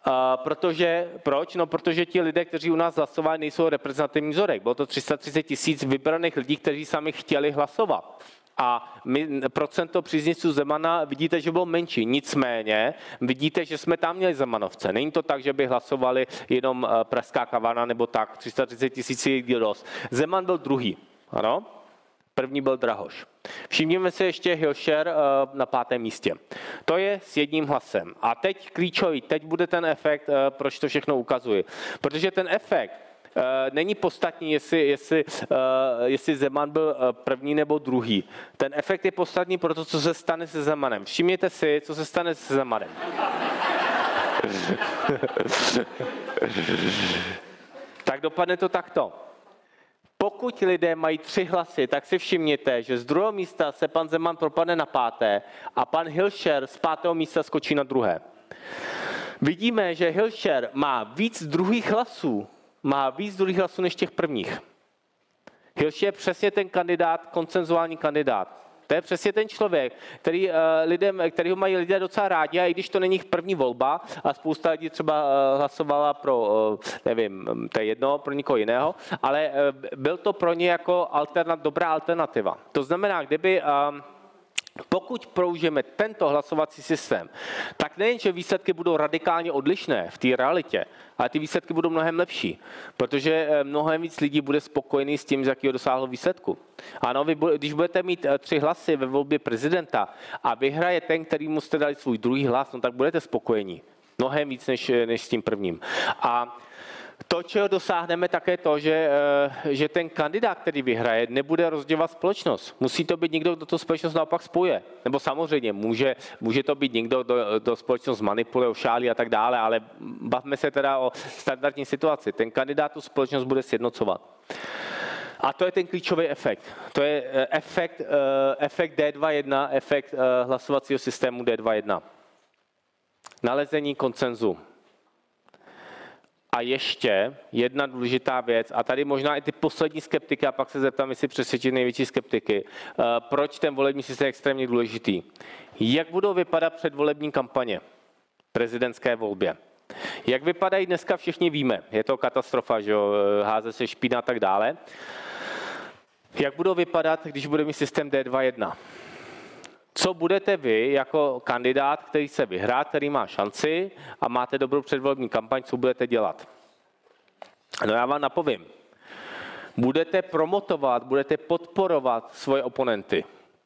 Proč? No, protože ti lidé, kteří u nás hlasovali, nejsou reprezentativní vzorek. Bylo to 330 000 vybraných lidí, kteří sami chtěli hlasovat. A procento příznivců Zemana vidíte, že bylo menší. Nicméně vidíte, že jsme tam měli Zemanovce. Není to tak, že by hlasovali jenom pražská kavárna nebo tak. 330 000 je dost. Zeman byl druhý. Ano? První byl Drahoš. Všimněme si ještě Hilšer na 5. místě. To je s jedním hlasem. A teď klíčový, teď bude ten efekt, proč to všechno ukazuji. Protože ten efekt není podstatný, jestli Zeman byl první nebo druhý. Ten efekt je podstatný pro to, co se stane se Zemanem. Všimněte si, co se stane se Zemanem. Tak dopadne to takto. Pokud lidé mají 3 hlasy, tak si všimněte, že z 2. místa se pan Zeman propadne na 5. a pan Hilšer z 5. místa skočí na 2. Vidíme, že Hilšer má víc druhých hlasů než těch prvních. Hilšer je přesně ten kandidát, konsenzuální kandidát. To je přesně ten člověk, kterýho mají lidé docela rádi, a i když to není první volba a spousta lidí třeba hlasovala pro, nevím, to je jedno, pro někoho jiného, ale byl to pro ně jako dobrá alternativa. To znamená, pokud použijeme tento hlasovací systém, tak nejen, že výsledky budou radikálně odlišné v té realitě, ale ty výsledky budou mnohem lepší, protože mnohem víc lidí bude spokojený s tím, z jakého dosáhlo výsledku. Ano, když budete mít 3 hlasy ve volbě prezidenta a vyhraje ten, kterýmu jste dali svůj druhý hlas, no tak budete spokojení. Mnohem víc než s tím prvním. A to, čeho dosáhneme, také to, že ten kandidát, který vyhraje, nebude rozdělovat společnost. Musí to být někdo, kdo tu společnost naopak spojuje. Nebo samozřejmě může to být někdo, kdo společnost manipuluje, ošálí a tak dále, ale bavme se teda o standardní situaci. Ten kandidát tu společnost bude sjednocovat. A to je ten klíčový efekt. To je efekt D2.1, efekt hlasovacího systému D2.1. Nalezení konsenzu. A ještě jedna důležitá věc, a tady možná i ty poslední skeptiky, a pak se zeptám, jestli přesvědčit největší skeptiky, proč ten volební systém je extrémně důležitý. Jak budou vypadat předvolební kampaně prezidentské volbě? Jak vypadají dneska, všichni víme. Je to katastrofa, že jo, háze se špína a tak dále. Jak budou vypadat, když bude mít systém D2.1? Co budete vy jako kandidát, který se vyhrá, který má šanci a máte dobrou předvolební kampaň, co budete dělat? No já vám napovím. Budete promotovat, budete podporovat svoje oponenty.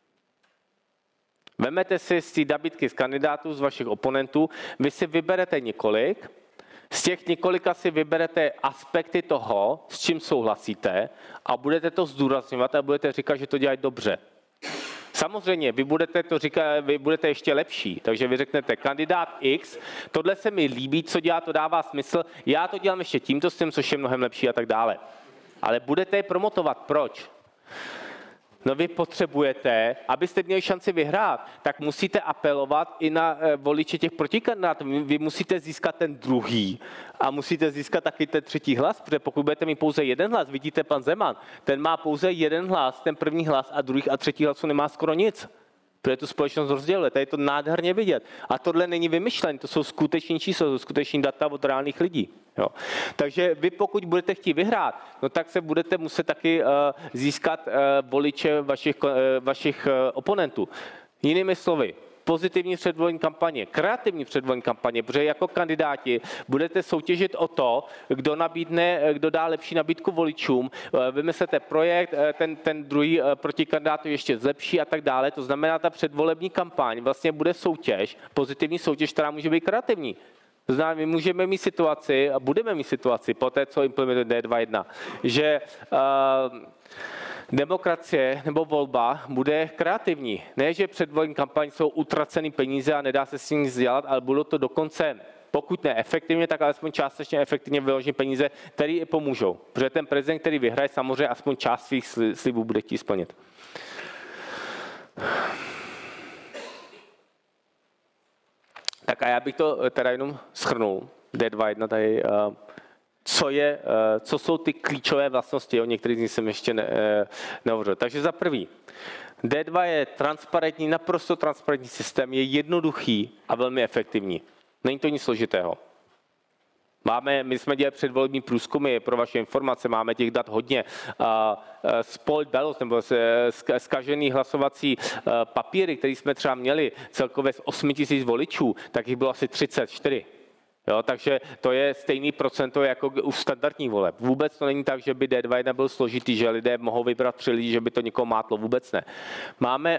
Vemete si z té nabídky z kandidátů, z vašich oponentů, vy si vyberete několik, z těch několika si vyberete aspekty toho, s čím souhlasíte, a budete to zdůrazňovat a budete říkat, že to dělají dobře. Samozřejmě, vy budete ještě lepší, takže vy řeknete, kandidát X, tohle se mi líbí, co dělá, to dává smysl, já to dělám ještě tímto s tím, což je mnohem lepší a tak dále. Ale budete je promotovat. Proč? No vy potřebujete, abyste měli šanci vyhrát, tak musíte apelovat i na voliče těch protikandidátů. Vy musíte získat ten druhý a musíte získat taky ten třetí hlas, protože pokud budete mít pouze jeden hlas, vidíte pan Zeman, ten má pouze jeden hlas, ten první hlas, a druhý a třetí hlasu nemá skoro nic. Protože tu společnost rozděluje, tady je to nádherně vidět. A tohle není vymyšlené, to jsou skuteční čísla, to jsou skuteční data od reálných lidí. Jo. Takže vy, pokud budete chtít vyhrát, no tak se budete muset taky získat voliče vašich oponentů. Jinými slovy, pozitivní předvolební kampaně, kreativní předvolební kampaně, protože jako kandidáti budete soutěžit o to, kdo dá lepší nabídku voličům, vymyslete projekt, ten druhý proti kandidátu ještě zlepší a tak dále. To znamená, ta předvolební kampaň vlastně bude soutěž, pozitivní soutěž, která může být kreativní. To znamená, my můžeme mít situaci a budeme mít situaci po té, co implementuje D2.1, že demokracie nebo volba bude kreativní. Ne, že předvolební kampaň jsou utracený peníze a nedá se s tím nic dělat, ale budou to dokonce, pokud ne efektivně, tak alespoň částečně efektivně vyložené peníze, které i pomůžou. Protože ten prezident, který vyhraje, samozřejmě aspoň část svých slibů bude chtít splnit. Tak a já bych to teda jenom shrnul. D2.1 tady, co jsou ty klíčové vlastnosti, o některých z nich jsem ještě nehovořil. Takže za prvý, D2 je transparentní, naprosto transparentní systém, je jednoduchý a velmi efektivní. Není to nic složitého. My jsme dělali předvolební průzkumy, pro vaše informace, máme těch dat hodně. Spoiled ballots, nebo zkažený hlasovací papíry, které jsme třeba měli celkově z 8 000 voličů, tak jich bylo asi 34. Jo, takže to je stejný procento jako u standardních voleb. Vůbec to není tak, že by D2.1 byl složitý, že lidé mohou vybrat 3 lidi, že by to někoho mátlo. Vůbec ne. Máme,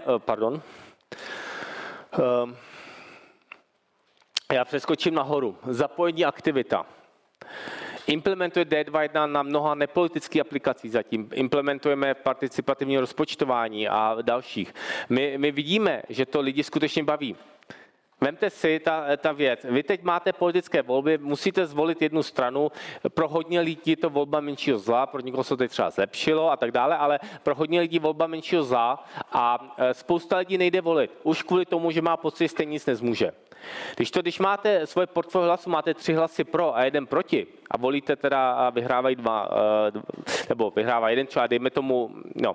já přeskočím nahoru. Zapojení aktivita. Implementuje D2.1 na mnoha nepolitických aplikacích zatím. Implementujeme participativní rozpočtování a dalších. My vidíme, že to lidi skutečně baví. Vemte si ta věc. Vy teď máte politické volby, musíte zvolit jednu stranu. Pro hodně lidí je to volba menšího zla, pro někoho se to teď třeba zlepšilo a tak dále, ale pro hodně lidí volba menšího zla a spousta lidí nejde volit. Už kvůli tomu, že má pocit, že stejně nic nezmůže. Když máte svoje portfolio hlasů, máte 3 hlasy pro a 1 proti a volíte teda a vyhrávají 2, nebo vyhrává jeden, třeba dejme tomu,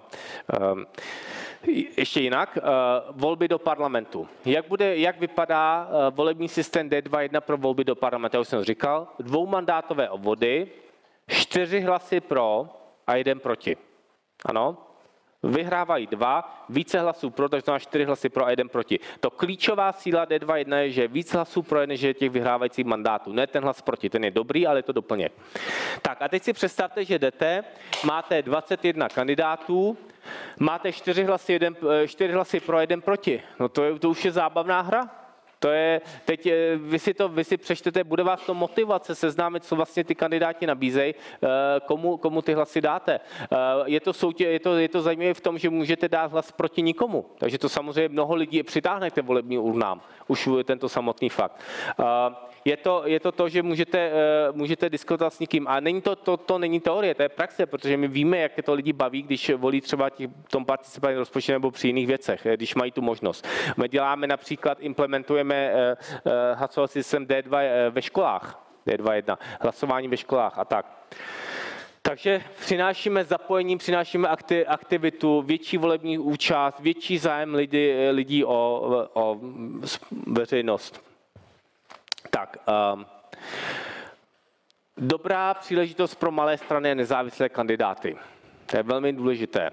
ještě jinak, volby do parlamentu. Jak vypadá volební systém D2.1 pro volby do parlamentu? Já už jsem říkal, 2mandátové obvody, 4 hlasy pro a 1 proti. Ano? Vyhrávají 2, více hlasů pro, takže to má 4 hlasy pro a 1 proti. To klíčová síla D2.1 je, že víc hlasů pro, než je těch vyhrávajících mandátů. Ne ten hlas proti, ten je dobrý, ale je to doplněk. Tak a teď si představte, že jdete, máte 21 kandidátů, máte 4 hlasy pro a 1 proti. No to už je zábavná hra. To je, teď vy si přečtete, bude vás to motivace seznámit, co vlastně ty kandidáti nabízejí, komu ty hlasy dáte. Je to zajímavé v tom, že můžete dát hlas proti nikomu. Takže to samozřejmě mnoho lidí přitáhne k těm volebním urnám. Už tento samotný fakt. Je to, že můžete diskutovat s někým. A to není teorie, to je praxe, protože my víme, jak to lidi baví, když volí třeba v tom participativním rozpočtu nebo při jiných věcech, když mají tu možnost. My děláme například, implementujeme hlasovací systém D2 ve školách, D2.1, hlasování ve školách a tak. Takže přinášíme zapojení, přinášíme aktivitu, větší volební účast, větší zájem lidí o veřejnost. Tak, dobrá příležitost pro malé strany a nezávislé kandidáty. To je velmi důležité.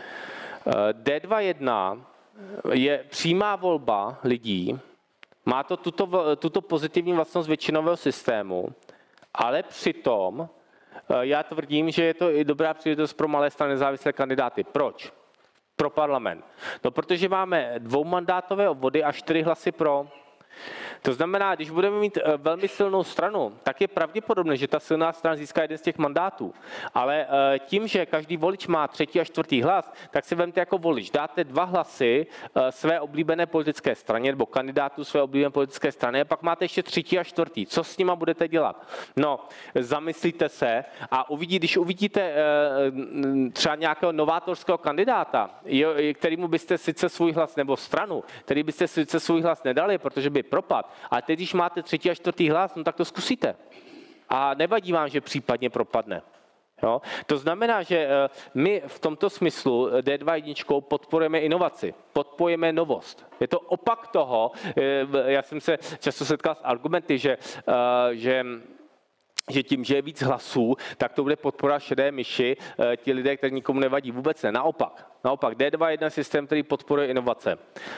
D2.1 je přímá volba lidí, má to tuto pozitivní vlastnost většinového systému, ale přitom já tvrdím, že je to i dobrá příležitost pro malé strany nezávislé kandidáty. Proč? Pro parlament. No, protože máme 2mandátové obvody a 4 hlasy pro. To znamená, když budeme mít velmi silnou stranu, tak je pravděpodobné, že ta silná strana získá jeden z těch mandátů. Ale tím, že každý volič má 3. a 4. hlas, tak si vemte jako volič. Dáte 2 hlasy své oblíbené politické straně nebo kandidátu své oblíbené politické strany a pak máte ještě 3. a 4. Co s nima budete dělat? No, zamyslíte se a když uvidíte třeba nějakého novátorského kandidáta, kterýmu byste sice svůj hlas nebo stranu, který byste sice svůj hlas nedali, protože by propad, ale teď, když máte 3. a 4. hlas, no tak to zkusíte. A nevadí vám, že případně propadne. Jo? To znamená, že my v tomto smyslu D2.1 podporujeme inovaci, podporujeme novost. Je to opak toho, já jsem se často setkal s argumenty, že tím, že je víc hlasů, tak to bude podpora šedé myši, ti lidé, kteří nikomu nevadí. Vůbec ne, naopak. D2.1 systém, který podporuje inovace.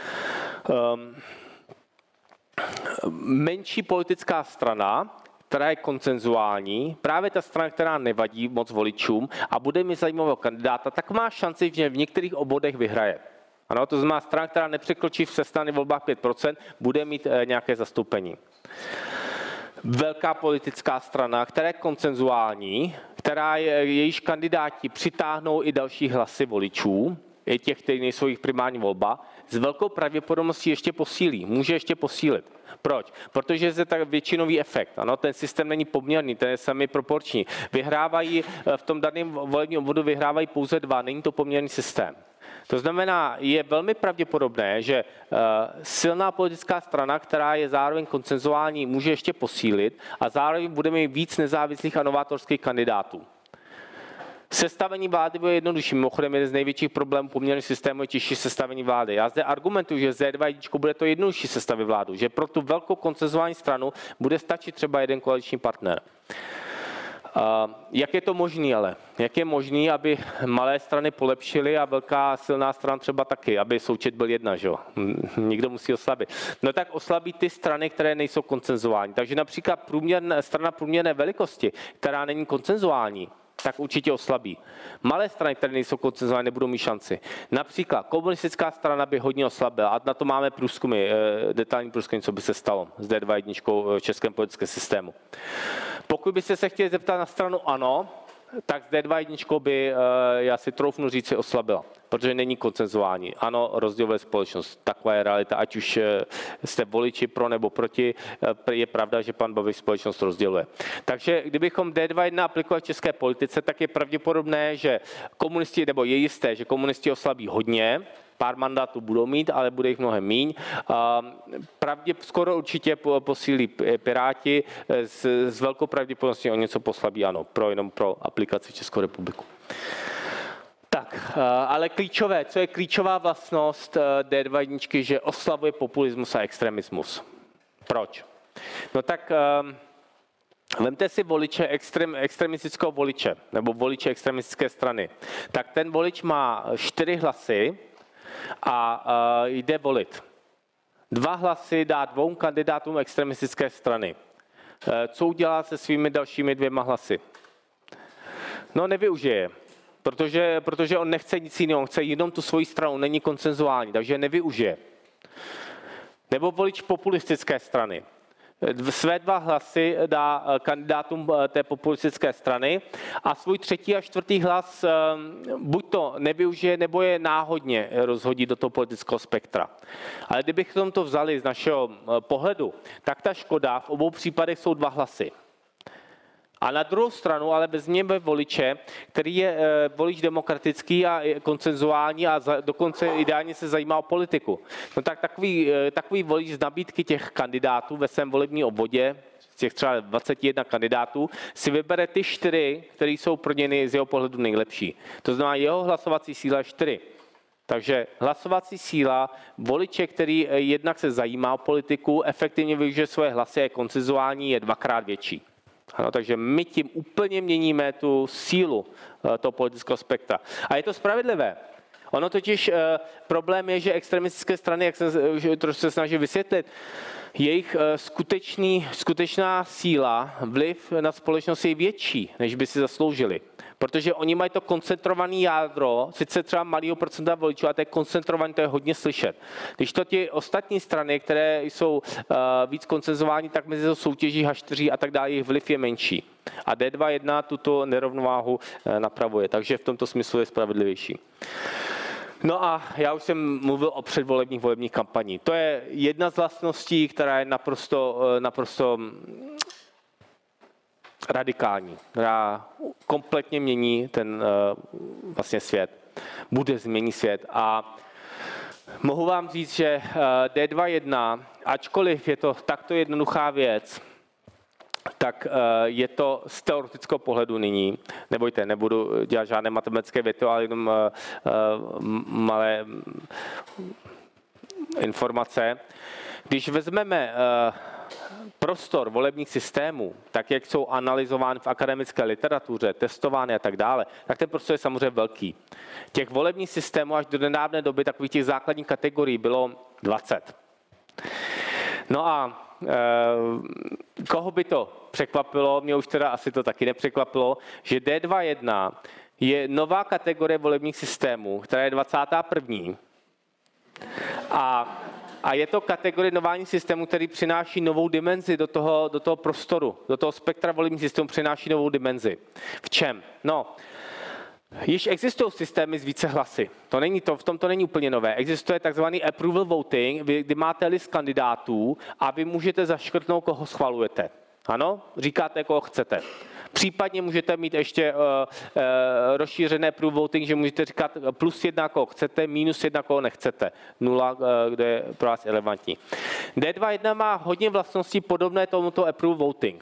Menší politická strana, která je konsenzuální, právě ta strana, která nevadí moc voličům a bude mít zajímavého kandidáta, tak má šanci, že v některých obvodech vyhraje. Ano, to znamená strana, která nepřekročí v sestavených volbách 5%, bude mít nějaké zastoupení. Velká politická strana, která je konsenzuální, jejíž kandidáti přitáhnou i další hlasy voličů, i těch, kteří nejsou jejich primární volba, s velkou pravděpodobností ještě posílí, může ještě posílit. Proč? Protože je tak většinový efekt. Ano, ten systém není poměrný, ten je sami proporční. Vyhrávají v tom daném volebním obvodu vyhrávají pouze 2, není to poměrný systém. To znamená, je velmi pravděpodobné, že silná politická strana, která je zároveň konsenzuální, může ještě posílit a zároveň budeme mít víc nezávislých a novátorských kandidátů. Sestavení vlády bude jednodušší. Mimochodem, jeden z největších problémů poměrného systému je těžší sestavení vlády. Já zde argumentuji, že z D2 bude to jednodušší sestavit vládu, že pro tu velkou konsenzuální stranu bude stačit třeba jeden koaliční partner. Jak je to možné ale? Jak je možné, aby malé strany polepšily a velká silná strana třeba taky, aby součet byl jedna, že jo? Nikdo musí oslabit. No tak oslabí ty strany, které nejsou konsenzuální. Takže například strana průměrné velikosti, která není konsenzuální, tak určitě oslabí. Malé strany, které nejsou konsenzuální, nebudou mít šanci. Například komunistická strana by hodně oslabila a na to máme průzkumy, detailní průzkumy, co by se stalo s D2 v českém politickém systému. Pokud byste se chtěli zeptat na stranu ANO, tak s D2 by, já si troufnu říct, oslabila, protože není konsenzuální. Ano, rozděluje společnost. Taková je realita, ať už jste voliči pro nebo proti, je pravda, že pan Babiš společnost rozděluje. Takže kdybychom D2 aplikovali v české politice, tak je pravděpodobné, že komunisti, nebo je jisté, že komunisti oslabí hodně, pár mandátů budou mít, ale bude jich mnohem míň. Skoro určitě posílí Piráti, s velkou pravděpodobností o něco poslabí ANO, jenom pro aplikaci Českou republiku. Tak, ale klíčové, co je klíčová vlastnost D2, že oslabuje populismus a extremismus. Proč? No tak vemte si voliče, extremistického voliče, nebo voliče extremistické strany. Tak ten volič má 4 hlasy, a jde volit. 2 hlasy dá 2 kandidátům extremistické strany. Co udělá se svými dalšími 2 hlasy? No nevyužije, protože on nechce nic jiného, on chce jenom tu svoji stranu, není konsenzuální, takže nevyužije. Nebo volič populistické strany. Své 2 hlasy dá kandidátům té populistické strany a svůj 3. a 4. hlas buď to nevyužije, nebo je náhodně rozhodí do toho politického spektra. Ale kdybychom to vzali z našeho pohledu, tak ta škoda v obou případech jsou 2 hlasy. A na druhou stranu ale vezměme voliče, který je volič demokratický a konsenzuální a dokonce ideálně se zajímá o politiku. No tak takový volič z nabídky těch kandidátů ve svém volebním obvodě, z těch třeba 21 kandidátů, si vybere ty 4, které jsou pro něj z jeho pohledu nejlepší. To znamená, jeho hlasovací síla je 4. Takže hlasovací síla voliče, který jednak se zajímá o politiku, efektivně využije svoje hlasy, je konsenzuální, je 2krát větší. Ano, takže my tím úplně měníme tu sílu toho politického spektra. A je to spravedlivé. Ono totiž problém je, že extremistické strany, jak se snaží vysvětlit, jejich skutečná síla, vliv na společnost je větší, než by si zasloužili. Protože oni mají to koncentrované jádro, sice třeba malého procenta voličů, a to je koncentrované, to je hodně slyšet. Když to ty ostatní strany, které jsou víc koncentrovány, tak mezi to soutěží, hašteří a tak dále, jejich vliv je menší. A D2 tuto nerovnováhu napravuje, takže v tomto smyslu je spravedlivější. No a já už jsem mluvil o předvolebních volebních kampaní. To je jedna z vlastností, která je naprosto radikální, která kompletně mění ten vlastně svět, bude změnit svět. A mohu vám říct, že D2, ačkoliv je to takto jednoduchá věc, tak je to z teoretického pohledu nyní. Nebojte, nebudu dělat žádné matematické věty, ale jenom malé informace. Když vezmeme prostor volebních systémů, tak jak jsou analyzovány v akademické literatuře, testovány a tak dále, tak ten prostor je samozřejmě velký. Těch volebních systémů až do nedávné doby takových těch základních kategorií bylo 20. No a koho by to překvapilo, mě už teda asi to taky nepřekvapilo, že D2 je nová kategorie volebních systémů, která je 21. A je to kategorie nování systému, který přináší novou dimenzi do toho prostoru, do toho spektra volebních systémů přináší novou dimenzi. V čem? No, již existují systémy s více hlasy. V tom to není úplně nové. Existuje takzvaný approval voting, kdy máte list kandidátů a vy můžete zaškrtnout, koho schvalujete. Ano, říkáte, koho chcete. Případně můžete mít ještě rozšířené approval voting, že můžete říkat +1, koho chcete, -1, koho nechcete. 0, kde je pro vás relevantní. D2 má hodně vlastností podobné tomuto approval voting.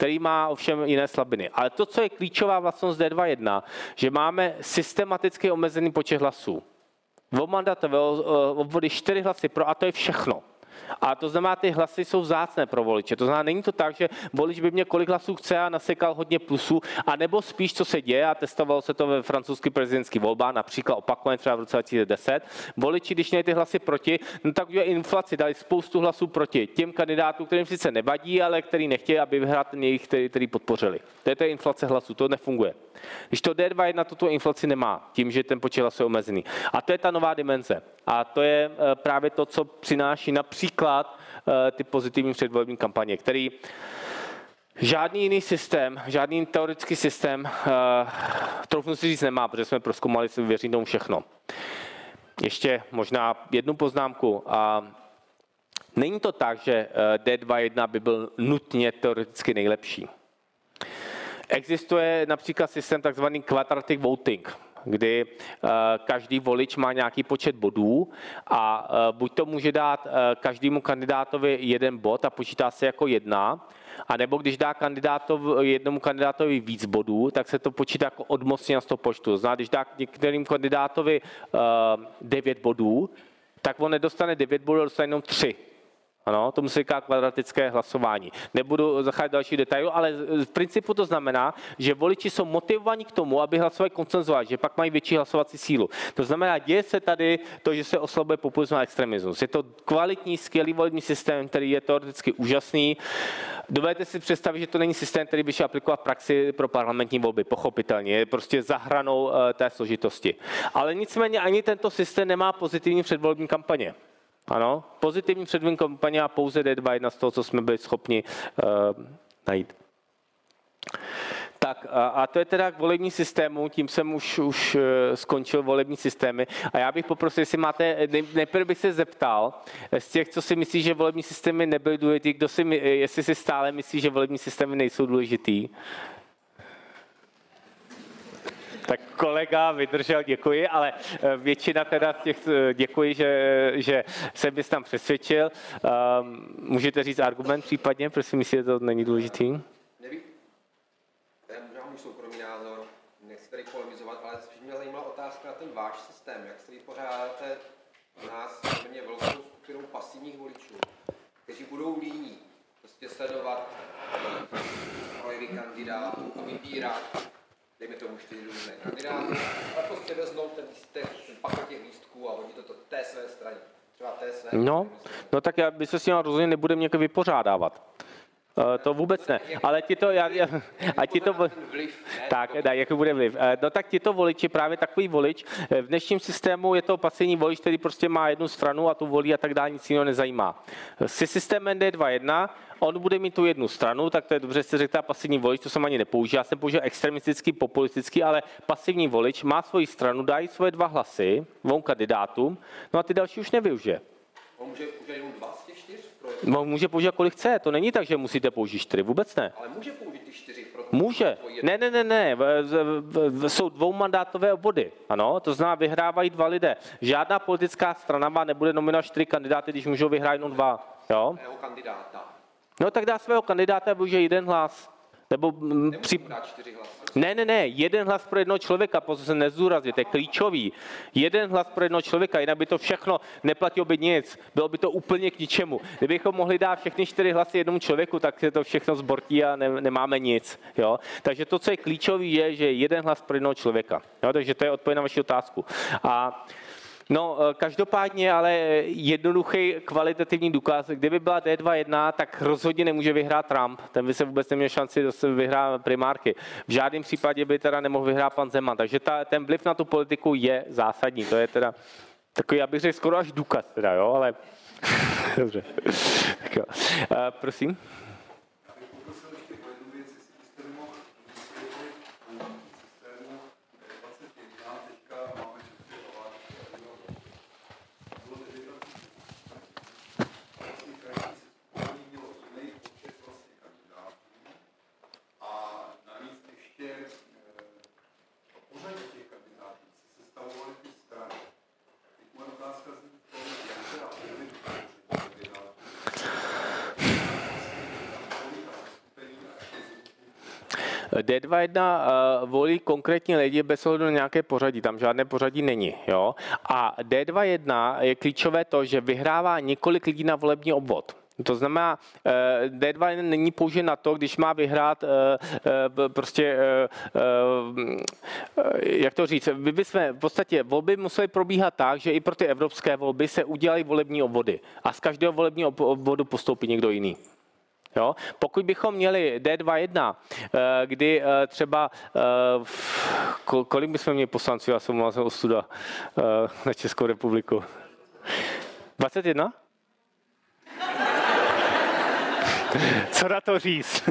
který má ovšem jiné slabiny. Ale to, co je klíčová vlastnost D2.1, že máme systematicky omezený počet hlasů. Dvoumandatové obvody 4 hlasy pro a to je všechno. A to znamená, ty hlasy jsou vzácné pro voliče. To znamená, není to tak, že volič by měl kolik hlasů chce a nasekal hodně plusů, anebo spíš, co se děje, a testovalo se to ve francouzských prezidentských volbách, například opakovaně třeba v roce 2010. Voliči, když měli ty hlasy proti, no tak udělali inflaci, dali spoustu hlasů proti těm kandidátům, kterým sice nevadí, ale který nechtějí, aby vyhrál ten jejich, který podpořili. To je inflace hlasů, to nefunguje. Když to D2.1 tuto inflaci nemá, tím, že ten počet hlasů je omezený. A to je ta nová dimenze. A to je právě to, co přináší například ty pozitivní předvolební kampaně, který žádný jiný systém, žádný teoretický systém, troufnu si říct, nemá, protože jsme prozkoumali, si věřím tomu všechno. Ještě možná jednu poznámku. Není to tak, že D2.1 by byl nutně teoreticky nejlepší. Existuje například systém takzvaný quadratic voting, kdy každý volič má nějaký počet bodů a buď to může dát každému kandidátovi 1 bod a počítá se jako 1, anebo když dá jednomu kandidátovi víc bodů, tak se to počítá jako odmocnění z toho počtu. To znamená, když dá některým kandidátovi 9 bodů, tak on nedostane 9 bodů, ale dostane jenom 3. Ano, tomu se říká kvadratické hlasování. Nebudu zacházet další detaily, ale v principu to znamená, že voliči jsou motivovaní k tomu, aby hlasovali konsenzuálně, že pak mají větší hlasovací sílu. To znamená, děje se tady to, že se oslabuje populismus a extremismus. Je to kvalitní, skvělý volební systém, který je teoreticky úžasný. Dovedete si představit, že to není systém, který by šel aplikovat v praxi pro parlamentní volby, pochopitelně. Je prostě za hranou té složitosti. Ale nicméně ani tento systém nemá pozitivní předvolební kampaně. Ano, pozitivní předvolební kampaně a pouze D2.1 z toho, co jsme byli schopni najít. Tak a to je teda k volební systému, tím jsem už skončil volební systémy a já bych poprosil, jestli máte, nejprve bych se zeptal, z těch, co si myslí, že volební systémy nebyly důležitý, jestli si stále myslí, že volební systémy nejsou důležitý. Tak kolega vydržel, děkuji, ale většina teda těch, děkuji, že jsem bys tam přesvědčil. Můžete říct argument případně, proč si myslíte, že to není důležitý? Nevím, to je možná můj soukromý názor, nechci tady polemizovat, ale spíš mě zajímala otázka na ten váš systém, jak se vypořádáte u nás poměrně velkou skupinou pasivních voličů, kteří budou líní prostě sledovat projevy kandidátů a vybírat, dejme tomu 4 různé kandidáty, ale prostě vezmou ten paket těch lístků a hodí to té své straně. Třeba té své. No tak já bych se s tím rozhodně nebudem někde vypořádávat. To vůbec ne, ale jaký bude vliv. No tak tito voliči, právě takový volič, v dnešním systému je to pasivní volič, který prostě má jednu stranu a tu volí a tak dále, nic jiného nezajímá. Se systémem D2.1 on bude mít tu jednu stranu, tak to je dobře, jste řekl, pasivní volič, to jsem ani nepoužil, já jsem použil extremistický, populistický, ale pasivní volič má svoji stranu, dají svoje 2 hlasy 2 kandidátům, no a ty další už nevyužije. On může použít jenom 2 z těch 4? No, může použít kolik chce, to není tak, že musíte použít 4, vůbec ne. Ale může použít ty 4? Může. Ne. Jsou 2mandátové obvody. Ano, to znamená, vyhrávají 2 lidé. Žádná politická strana má nebude nominovat 4 kandidáty, když můžou vyhrát jenom 2. Jo? Jeho kandidáta. No tak dá svého kandidáta a využije 1 hlas. Nebo dát 4 hlasy. Ne, 1 hlas pro jednoho člověka, pozor se nezdůrazně, to je klíčový. 1 hlas pro jednoho člověka, jinak by to všechno neplatilo by nic, bylo by to úplně k ničemu. Kdybychom mohli dát všechny 4 hlasy jednomu člověku, tak se to všechno zbortí a nemáme nic. Jo? Takže to, co je klíčový, je, že 1 hlas pro jednoho člověka. Jo? Takže to je odpověď na vaši otázku. No, každopádně, ale jednoduchý kvalitativní důkaz, kdyby byla D2.1, tak rozhodně nemůže vyhrát Trump. Ten by se vůbec neměl šanci vyhrát primárky. V žádném případě by teda nemohl vyhrát pan Zeman. Takže ten vliv na tu politiku je zásadní. To je teda takový, já bych řekl, skoro až důkaz, teda, jo, ale dobře. Tak jo. Prosím. D2.1 volí konkrétní lidi bez ohledu na nějaké pořadí, tam žádné pořadí není. Jo? A D2.1 je klíčové to, že vyhrává několik lidí na volební obvod. To znamená, D2 není použit na to, když má vyhrát prostě, jak to říct, my bychom v podstatě volby musely probíhat tak, že i pro ty evropské volby se udělají volební obvody a z každého volebního obvodu postoupí někdo jiný. Jo? Pokud bychom měli D2.1, kdy třeba, kolik bychom měli poslanců, já jsem ostuda na Českou republiku? 21? Co na to říct?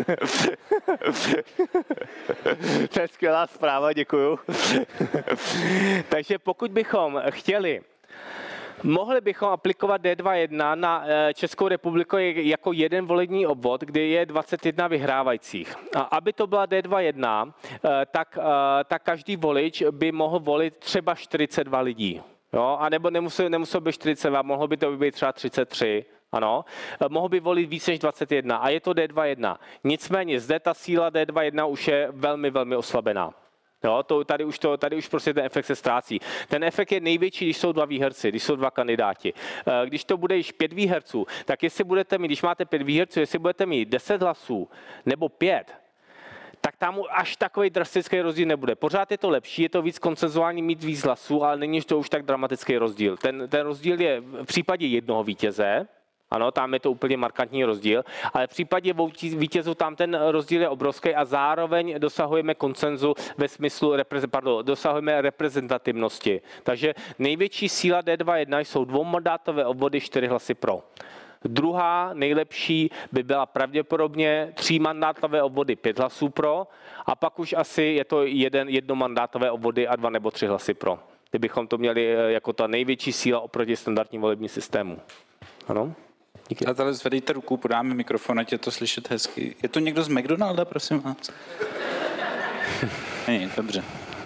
To je skvělá zpráva, děkuju. Takže pokud bychom chtěli, mohli bychom aplikovat D2.1 na Českou republiku jako jeden volební obvod, kde je 21 vyhrávajících. A aby to byla D2.1, tak každý volič by mohl volit třeba 42 lidí. Jo? A nebo nemuselo být 42, mohlo by to být třeba 33. Ano, mohl by volit víc než 21 a je to D2.1. Nicméně zde ta síla D2.1 už je velmi, velmi oslabená. Jo, tady už prostě ten efekt se ztrácí. Ten efekt je největší, když jsou dva výherci, když jsou dva kandidáti. Když to bude již 5 výherců, tak jestli budete mít, když máte 5 výherců, jestli budete mít 10 hlasů nebo 5, tak tam až takový drastický rozdíl nebude. Pořád je to lepší, je to víc konsenzuální mít víc hlasů, ale není to už tak dramatický rozdíl. Ten rozdíl je v případě jednoho vítěze. Ano, tam je to úplně markantní rozdíl, ale v případě vítězů tam ten rozdíl je obrovský a zároveň dosahujeme konsenzu ve smyslu, dosahujeme reprezentativnosti. Takže největší síla D2.1 jsou dvoumandátové obvody, 4 hlasy pro. Druhá nejlepší by byla pravděpodobně 3mandátové obvody, 5 hlasů pro a pak už asi je to jednomandátové obvody a 2 nebo 3 hlasy pro. Kdybychom to měli jako ta největší síla oproti standardním volebním systému. Ano? Díky. A tady zvedejte ruku, podáme mikrofon, ať je to slyšet hezky. Je to někdo z McDonalda, prosím vás? Není, dobře.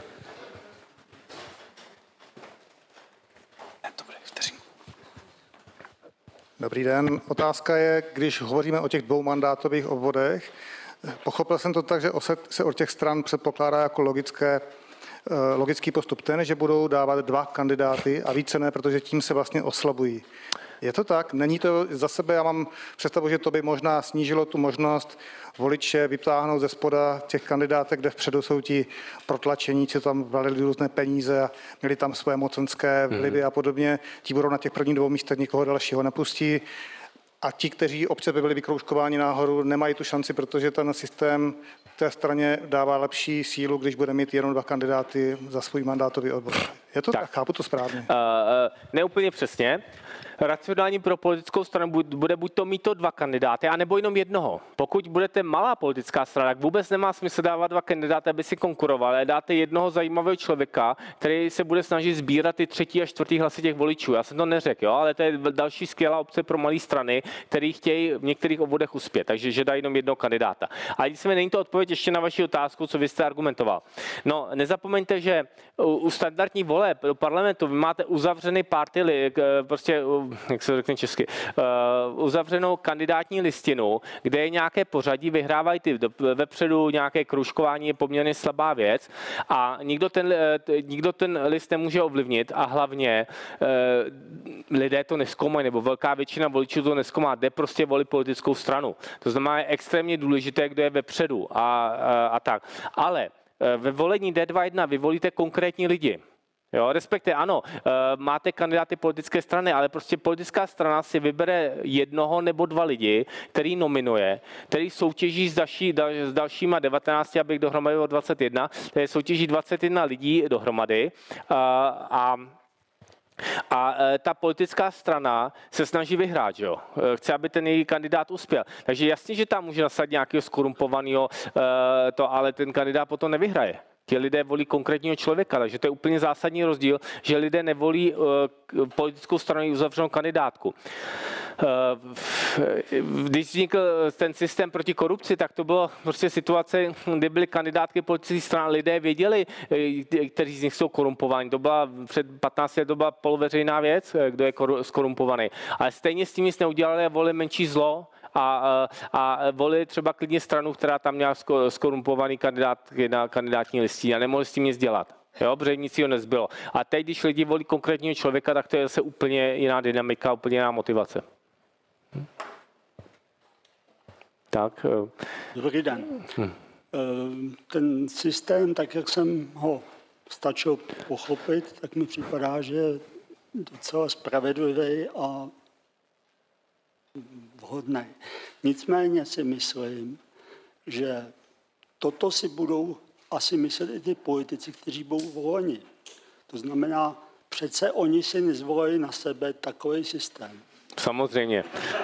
Dobrý den. Otázka je, když hovoříme o těch dvoumandátových obvodech, pochopil jsem to tak, že se od těch stran předpokládá jako logický postup ten, že budou dávat 2 kandidáty a více ne, protože tím se vlastně oslabují. Je to tak? Není to za sebe, já mám představu, že to by možná snížilo tu možnost voliče vyptáhnout ze spoda těch kandidátek, kde vpředu jsou ti protlačení, co tam valili různé peníze a měli tam svoje mocenské vlivy a podobně. Ti budou na těch prvních 2 místech, nikoho dalšího nepustí. A ti, kteří občas by byli vykroužkováni nahoru, nemají tu šanci, protože ten systém té straně dává lepší sílu, když bude mít jenom 2 kandidáty za svůj mandátový odbor. Je to tak? Chápu to správně? Ne úplně přesně. Racionální pro politickou stranu bude buď to mít to 2 kandidáty, anebo jenom jednoho. Pokud budete malá politická strana, tak vůbec nemá smysl dávat 2 kandidáty, aby si konkurovali, ale dáte jednoho zajímavého člověka, který se bude snažit sbírat ty 3. a 4. hlasy těch voličů. Já jsem to neřekl, jo, ale to je další skvělá opce pro malé strany, které chtějí v některých obvodech uspět, takže že dají jenom jednoho kandidáta. A nicméně není to odpověď ještě na vaši otázku, co vy jste argumentoval. No, nezapomeňte, že u standardní voleb do parlamentu vy máte uzavřený party, prostě jak se řekne česky, uzavřenou kandidátní listinu, kde je nějaké pořadí, vyhrávají ty vepředu, nějaké kroužkování je poměrně slabá věc a nikdo ten list nemůže ovlivnit a hlavně lidé to nezkoumají, nebo velká většina voličů to nezkoumá, jde prostě volit politickou stranu. To znamená, je extrémně důležité, kdo je vepředu a tak. Ale ve volení D2.1 vy volíte konkrétní lidi. Jo, respektive ano, máte kandidáty politické strany, ale prostě politická strana si vybere jednoho nebo 2 lidi, který nominuje, který soutěží s dalšíma 19, abych dohromady o 21, který soutěží 21 lidí dohromady a ta politická strana se snaží vyhrát, jo. Chce, aby ten její kandidát uspěl. Takže jasně, že tam může nastat nějakého skorumpovaného, ale ten kandidát potom nevyhraje. Ti lidé volí konkrétního člověka, takže to je úplně zásadní rozdíl, že lidé nevolí politickou stranu uzavřenou kandidátku. Když vznikl ten systém proti korupci, tak to bylo prostě situace, kde byly kandidátky politických stran, lidé věděli, kteří z nich jsou korumpovaní. To byla před 15 let to byla poloveřejná věc, kdo je skorumpovaný. Ale stejně s tím nic neudělali a volili menší zlo a volili třeba klidně stranu, která tam měla skorumpovaný kandidátky na kandidátní listině a nemohli s tím nic dělat. Jo, protože nic jiného nezbylo. A teď, když lidi volí konkrétního člověka, tak to je zase úplně jiná dynamika, úplně jiná motivace. Tak. Dobrý den. Ten systém, tak jak jsem ho stačil pochopit, tak mi připadá, že je docela spravedlivý a vhodný. Nicméně si myslím, že toto si budou asi myslet i ty politici, kteří budou voleni. To znamená, přece oni si nezvolili na sebe takový systém. Samozřejmě.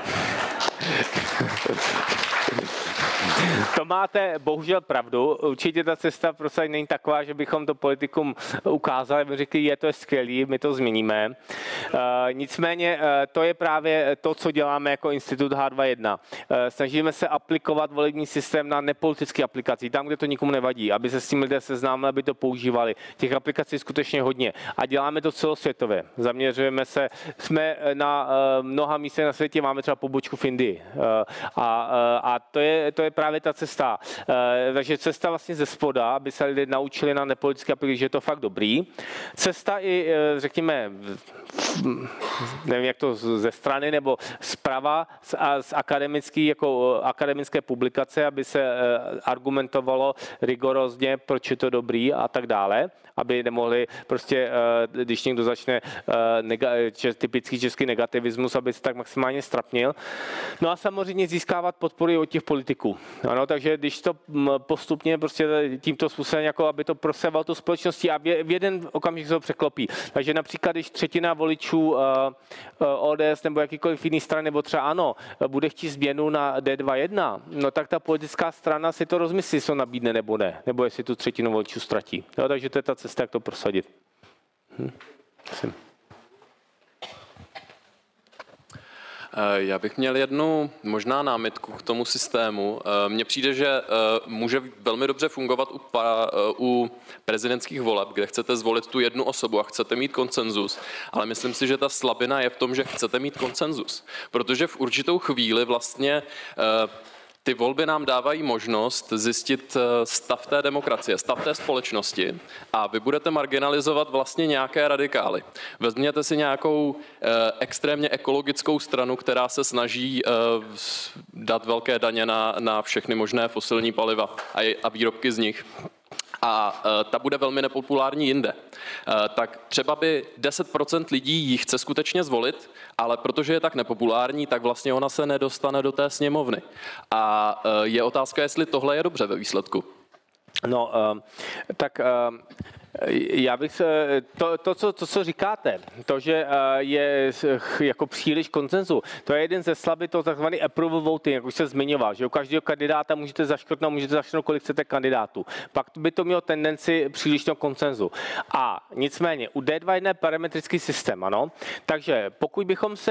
To máte bohužel pravdu. Určitě ta cesta prostě není taková, že bychom to politikům ukázali, my řekli, to je skvělý, my to změníme. Nicméně to je právě to, co děláme jako Institut H21. Snažíme se aplikovat volební systém na nepolitické aplikace, tam, kde to nikomu nevadí, aby se s tím lidé seznámili, aby to používali. Těch aplikací je skutečně hodně a děláme to celosvětově. Zaměřujeme se, jsme na mnoha místech na světě, máme třeba pobočku v Indii a to je právě ta cesta. Takže cesta vlastně ze spoda, aby se lidé naučili na nepolitické aplikace, že je to fakt dobrý. Cesta i, řekněme, nevím, jak to ze strany nebo zprava z akademické publikace, aby se argumentovalo rigorózně, proč je to dobrý a tak dále, aby nemohli prostě, když někdo začne typický český negativismus, aby se tak maximálně strapnil. No a samozřejmě získávat podporu od těch politiků. Ano, takže když to postupně prostě tímto způsobem, jako aby to prosevalo tu společnosti a v jeden okamžik se to překlopí. Takže například, když třetina voličů ODS nebo jakýkoliv jiný strany, nebo třeba ANO, bude chtít změnu na D21, no tak ta politická strana si to rozmyslí, jestli to nabídne nebo ne, nebo jestli tu třetinu voličů ztratí. Jo, takže to je ta cesta, jak to prosadit. Já bych měl jednu možná námitku k tomu systému. Mně přijde, že může velmi dobře fungovat u prezidentských voleb, kde chcete zvolit tu jednu osobu a chcete mít konsenzus, ale myslím si, že ta slabina je v tom, že chcete mít konsenzus, protože v určitou chvíli vlastně ty volby nám dávají možnost zjistit stav té demokracie, stav té společnosti a vy budete marginalizovat vlastně nějaké radikály. Vezměte si nějakou extrémně ekologickou stranu, která se snaží dát velké daně na všechny možné fosilní paliva a výrobky z nich. A ta bude velmi nepopulární jinde. Tak třeba by 10% lidí ji chce skutečně zvolit, ale protože je tak nepopulární, tak vlastně ona se nedostane do té sněmovny. A je otázka, jestli tohle je dobře ve výsledku. No, tak já bych se, to, co říkáte, to, že je jako příliš konsenzu, to je jeden ze slabin, to takzvaný approval voting, jak už se zmiňoval, že u každého kandidáta můžete zaškrtnout, kolik chcete kandidátů. Pak by to mělo tendenci přílišného konsenzu. A nicméně, u D2 je parametrický systém, ano, takže pokud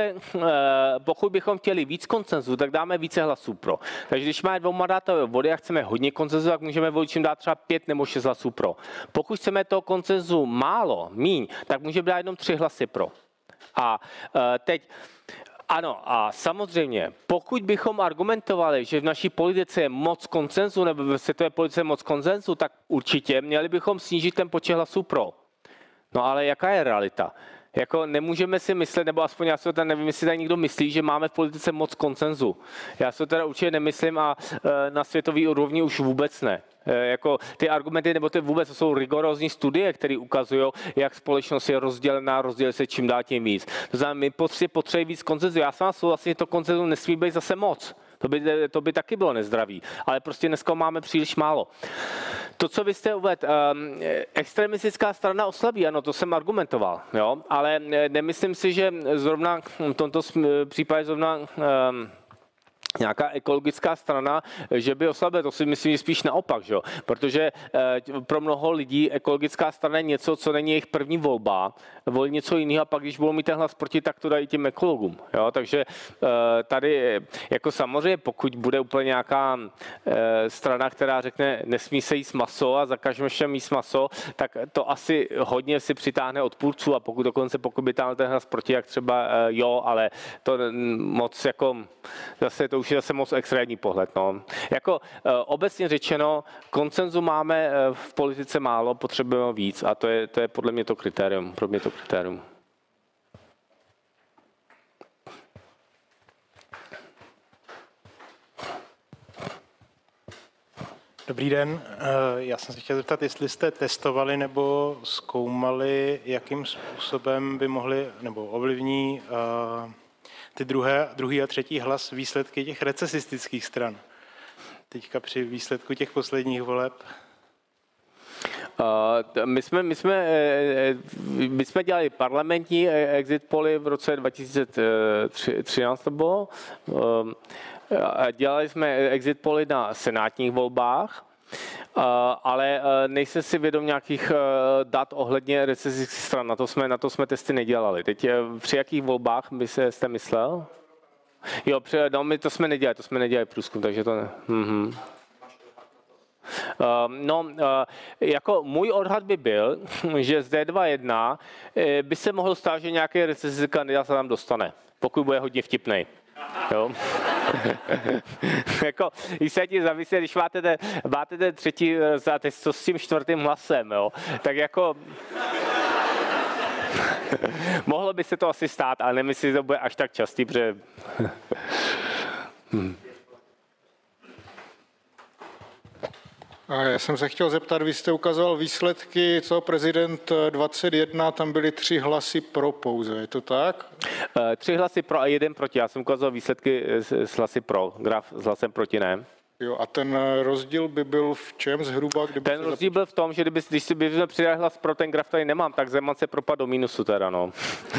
bychom chtěli víc konsenzu, tak dáme více hlasů pro. Takže když máme dvoumandátové obvody a chceme hodně konsenzu, tak můžeme voličům dát třeba 5 nebo 6 hlasů pro. Pokud chceme toho konsenzu míň, tak může být jenom 3 hlasy pro. A teď, ano, a samozřejmě, pokud bychom argumentovali, že v naší politice je moc konsenzu, nebo v světové politice je moc konsenzu, tak určitě měli bychom snížit ten počet hlasů pro. No ale jaká je realita? Jako nemůžeme si myslet, nebo aspoň já si to nevím, jestli tady někdo myslí, že máme v politice moc konsenzu. Já si to teda určitě nemyslím a na světový úrovni už vůbec ne. Jako ty argumenty, nebo to vůbec jsou rigorózní studie, které ukazují, jak společnost je rozdělená, rozdělí se čím dál tím víc. To znamená, my potřebujeme víc konsenzu. Já jsem souhlasím, že to konsenzu nesmí být zase moc. To by taky bylo nezdravý, ale prostě dneska máme příliš málo. To, co vy jste uvedl, extremistická strana oslabí, ano, to jsem argumentoval, jo, ale nemyslím si, že zrovna v tomto případě nějaká ekologická strana, že by oslabila, to si myslím spíš naopak, že? Protože pro mnoho lidí ekologická strana je něco, co není jejich první volba, volí něco jiného a pak, když budou mít ten hlas proti, tak to dají těm ekologům. Jo? Takže tady, jako samozřejmě, pokud bude úplně nějaká strana, která řekne, nesmí se jíst maso a zakažeme všem jíst maso, tak to asi hodně si přitáhne odpůrců a pokud by tam ten hlas proti, jak třeba jo, ale to moc jako, zase to už je zase moc extrémní pohled. No. Jako obecně řečeno, konsenzu máme v politice málo, potřebujeme víc a to je podle mě to kritérium. Pro mě to kritérium. Dobrý den, já jsem se chtěl zeptat, jestli jste testovali nebo zkoumali, jakým způsobem by mohli nebo ovlivní ty druhý a třetí hlas výsledky těch recesistických stran. Teďka při výsledku těch posledních voleb. My jsme dělali parlamentní exit poly v roce 2013 to bylo. Dělali jsme exit poly na senátních volbách, ale nejsem si vědom nějakých dat ohledně recesistických stran. Na to jsme testy nedělali. Teď při jakých volbách jste myslel? Jo, my to jsme nedělali průzkum, takže to ne. Mhm. Jako můj odhad by byl, že z D2.1 by se mohlo stát, že nějaký recesistický kandidát se tam dostane, pokud bude hodně vtipnej. Jo. Jako, když se ti zavisí, když máte ten třetí, co s tím čtvrtým hlasem, jo, tak jako mohlo by se to asi stát, ale nemyslím, že to bude až tak častý, protože A já jsem se chtěl zeptat, vy jste ukazoval výsledky, co prezident 21, tam byly 3 hlasy pro pouze, je to tak? 3 hlasy pro a 1 proti. Já jsem ukazoval výsledky s hlasy pro, graf s hlasem proti ne. Jo, a ten rozdíl by byl v čem zhruba? Ten rozdíl byl v tom, že když si bychom přidali hlas pro, ten graf tady nemám, tak Zeman se propadl do mínusu teda, no.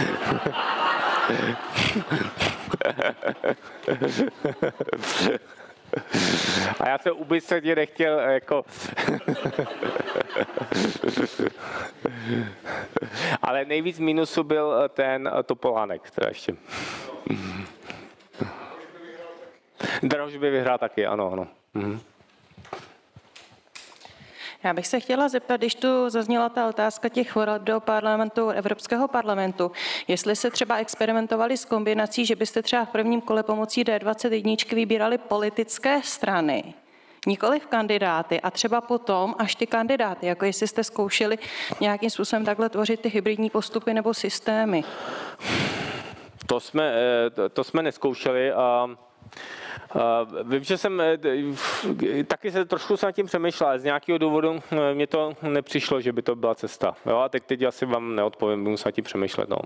A já jsem úmyslně nechtěl jako... Ale nejvíc mínusu byl ten Topolánek, teda ještě. Drahoš by vyhrál taky, ano. Mhm. Já bych se chtěla zeptat, když tu zazněla ta otázka těch voleb do parlamentu, Evropského parlamentu, jestli se třeba experimentovali s kombinací, že byste třeba v prvním kole pomocí D21 vybírali politické strany, nikoliv kandidáty a třeba potom až ty kandidáty, jako jestli jste zkoušeli nějakým způsobem takhle tvořit ty hybridní postupy nebo systémy. To jsme neskoušeli a vím, že taky se trošku nad tím přemýšlel, ale z nějakého důvodu mě to nepřišlo, že by to byla cesta. Jo, a teď asi vám neodpovím, budu se nad tím přemýšlet. No.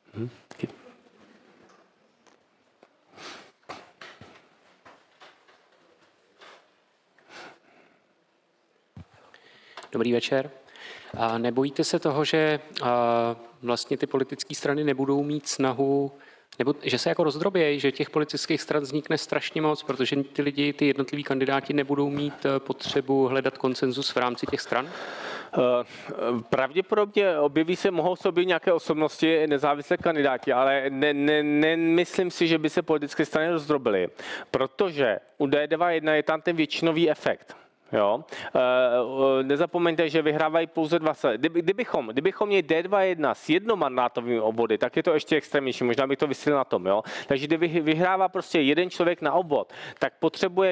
Dobrý večer. Nebojíte se toho, že vlastně ty politické strany nebudou mít snahu, nebo že se jako rozdrobějí, že těch politických stran vznikne strašně moc, protože ty lidi, ty jednotliví kandidáti nebudou mít potřebu hledat konsenzus v rámci těch stran? Pravděpodobně mohou se objevit nějaké osobnosti, nezávislé kandidáti, ale nemyslím si, že by se politické strany rozdrobily, protože u D2.1 je tam ten většinový efekt. Jo. Nezapomeňte, že vyhrávají pouze 2. Kdybychom měli D2.1 s jednomandátovými obvody, tak je to ještě extrémnější, možná bych to vysvětlil na tom. Jo. Takže kdyby vyhrává prostě jeden člověk na obvod, tak potřebuje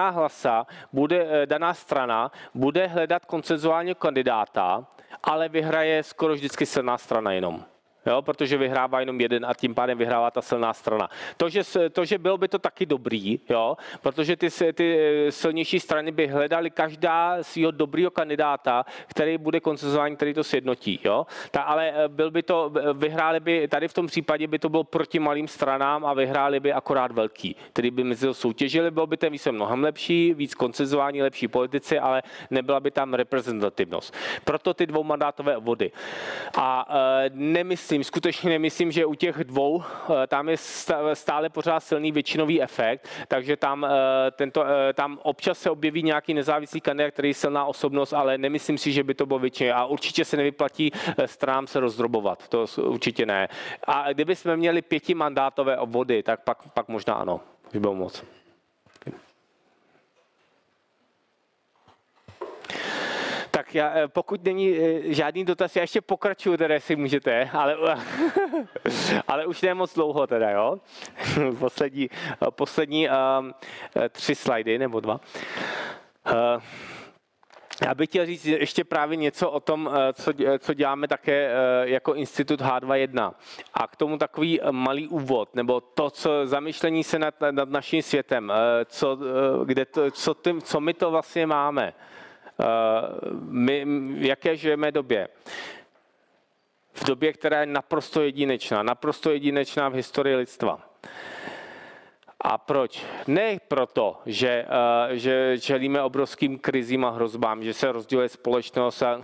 daná strana bude hledat konsenzuálního kandidáta, ale vyhraje skoro vždycky silná strana jenom. Jo, protože vyhrává jenom jeden a tím pádem vyhrává ta silná strana. To, že bylo by to taky dobrý, jo, protože ty silnější strany by hledali každá svého dobrýho kandidáta, který bude konsenzuální, který to sjednotí. Jo. Ale vyhráli by, tady v tom případě by to bylo proti malým stranám a vyhráli by akorát velký. Tedy by mezi soutěžili, bylo by ten výsledek mnohem lepší, víc konsenzuální, lepší politici, ale nebyla by tam reprezentativnost. Proto ty dvoumandátové obvody. A skutečně nemyslím, že u těch dvou tam je stále pořád silný většinový efekt, takže tam občas se objeví nějaký nezávislý kandidát, který je silná osobnost, ale nemyslím si, že by to bylo většině. A určitě se nevyplatí stranám se rozdrobovat, to určitě ne. A kdybychom měli 5mandátové obvody, tak pak možná ano, by bylo moc. Tak Tak pokud není žádný dotaz, já ještě pokračuju, teda jestli můžete, ale už ne moc dlouho teda, jo. Poslední 3 slajdy nebo 2. Já bych chtěl říct ještě právě něco o tom, co děláme také jako Institut H2.1. A k tomu takový malý úvod, nebo to, co zamýšlení se nad naším světem, co my to vlastně máme, v jaké žijeme době. V době, která je naprosto jedinečná v historii lidstva. A proč? Ne proto, že čelíme obrovským krizím a hrozbám, že se rozděluje společnost a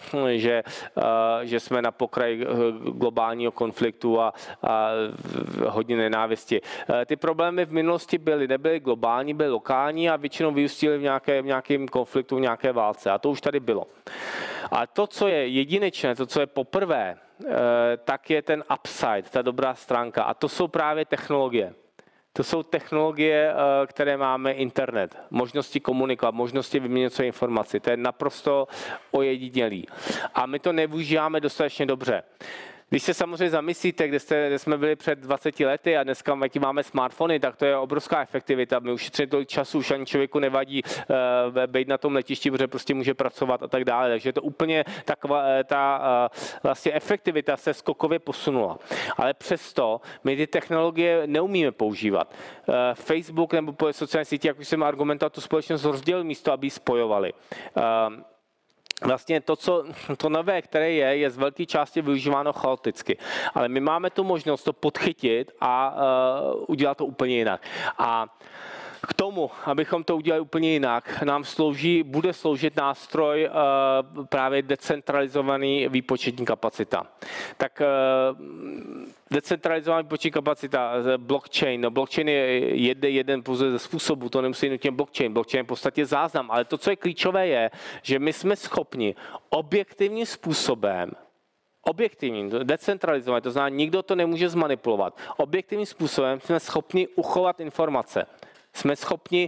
že jsme na pokraji globálního konfliktu a hodně nenávisti. Ty problémy v minulosti nebyly globální, byly lokální a většinou vyústily v nějakém konfliktu, v nějaké válce. A to už tady bylo. A to, co je jedinečné, to, co je poprvé, tak je ten upside, ta dobrá stránka. A to jsou právě technologie. To jsou technologie, které máme, internet, možnosti komunikovat, možnosti vyměnit své informaci. To je naprosto ojedinělý. A my to nevyužíváme dostatečně dobře. Když se samozřejmě zamyslíte, kde jsme byli před 20 lety a dneska jaký máme smartfony, tak to je obrovská efektivita. My ušetříme tolik času, už ani člověku nevadí být na tom letišti, protože prostě může pracovat a tak dále. Takže to úplně ta vlastně efektivita se skokově posunula. Ale přesto my ty technologie neumíme používat. Facebook nebo sociální sítě, jak už jsem argumentoval, tu společnost rozdělil místo, aby ji spojovali. Vlastně to nové, které je z velké části využíváno chaoticky. Ale my máme tu možnost to podchytit a udělat to úplně jinak. A k tomu, abychom to udělali úplně jinak, nám bude sloužit nástroj právě decentralizovaný výpočetní kapacita. Tak decentralizovaný výpočetní kapacita, blockchain. No, blockchain je jeden pouze ze způsobů, to nemusí nutně blockchain. Blockchain je v podstatě záznam, ale to, co je klíčové, je, že my jsme schopni objektivním způsobem, decentralizovaný, to znamená, nikdo to nemůže zmanipulovat. Objektivním způsobem jsme schopni uchovat informace. Jsme schopni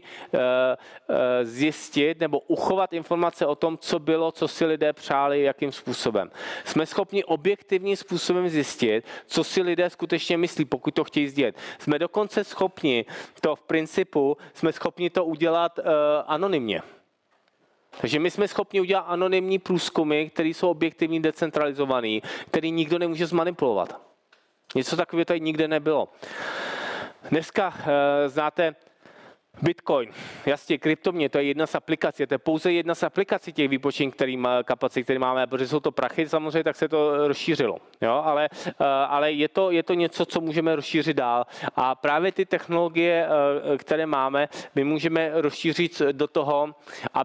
zjistit nebo uchovat informace o tom, co bylo, co si lidé přáli, jakým způsobem. Jsme schopni objektivním způsobem zjistit, co si lidé skutečně myslí, pokud to chtějí sdělit. Jsme dokonce schopni to udělat anonymně. Takže my jsme schopni udělat anonymní průzkumy, které jsou objektivně decentralizované, který nikdo nemůže zmanipulovat. Něco takového tady nikde nebylo. Dneska znáte Bitcoin, jasně, kryptoměny, to je jedna z aplikací, to je pouze jedna z aplikací těch výpočetních kapacit, které máme, protože jsou to prachy, samozřejmě, tak se to rozšířilo. Jo? Ale je to něco, co můžeme rozšířit dál. A právě ty technologie, které máme, my můžeme rozšířit do toho,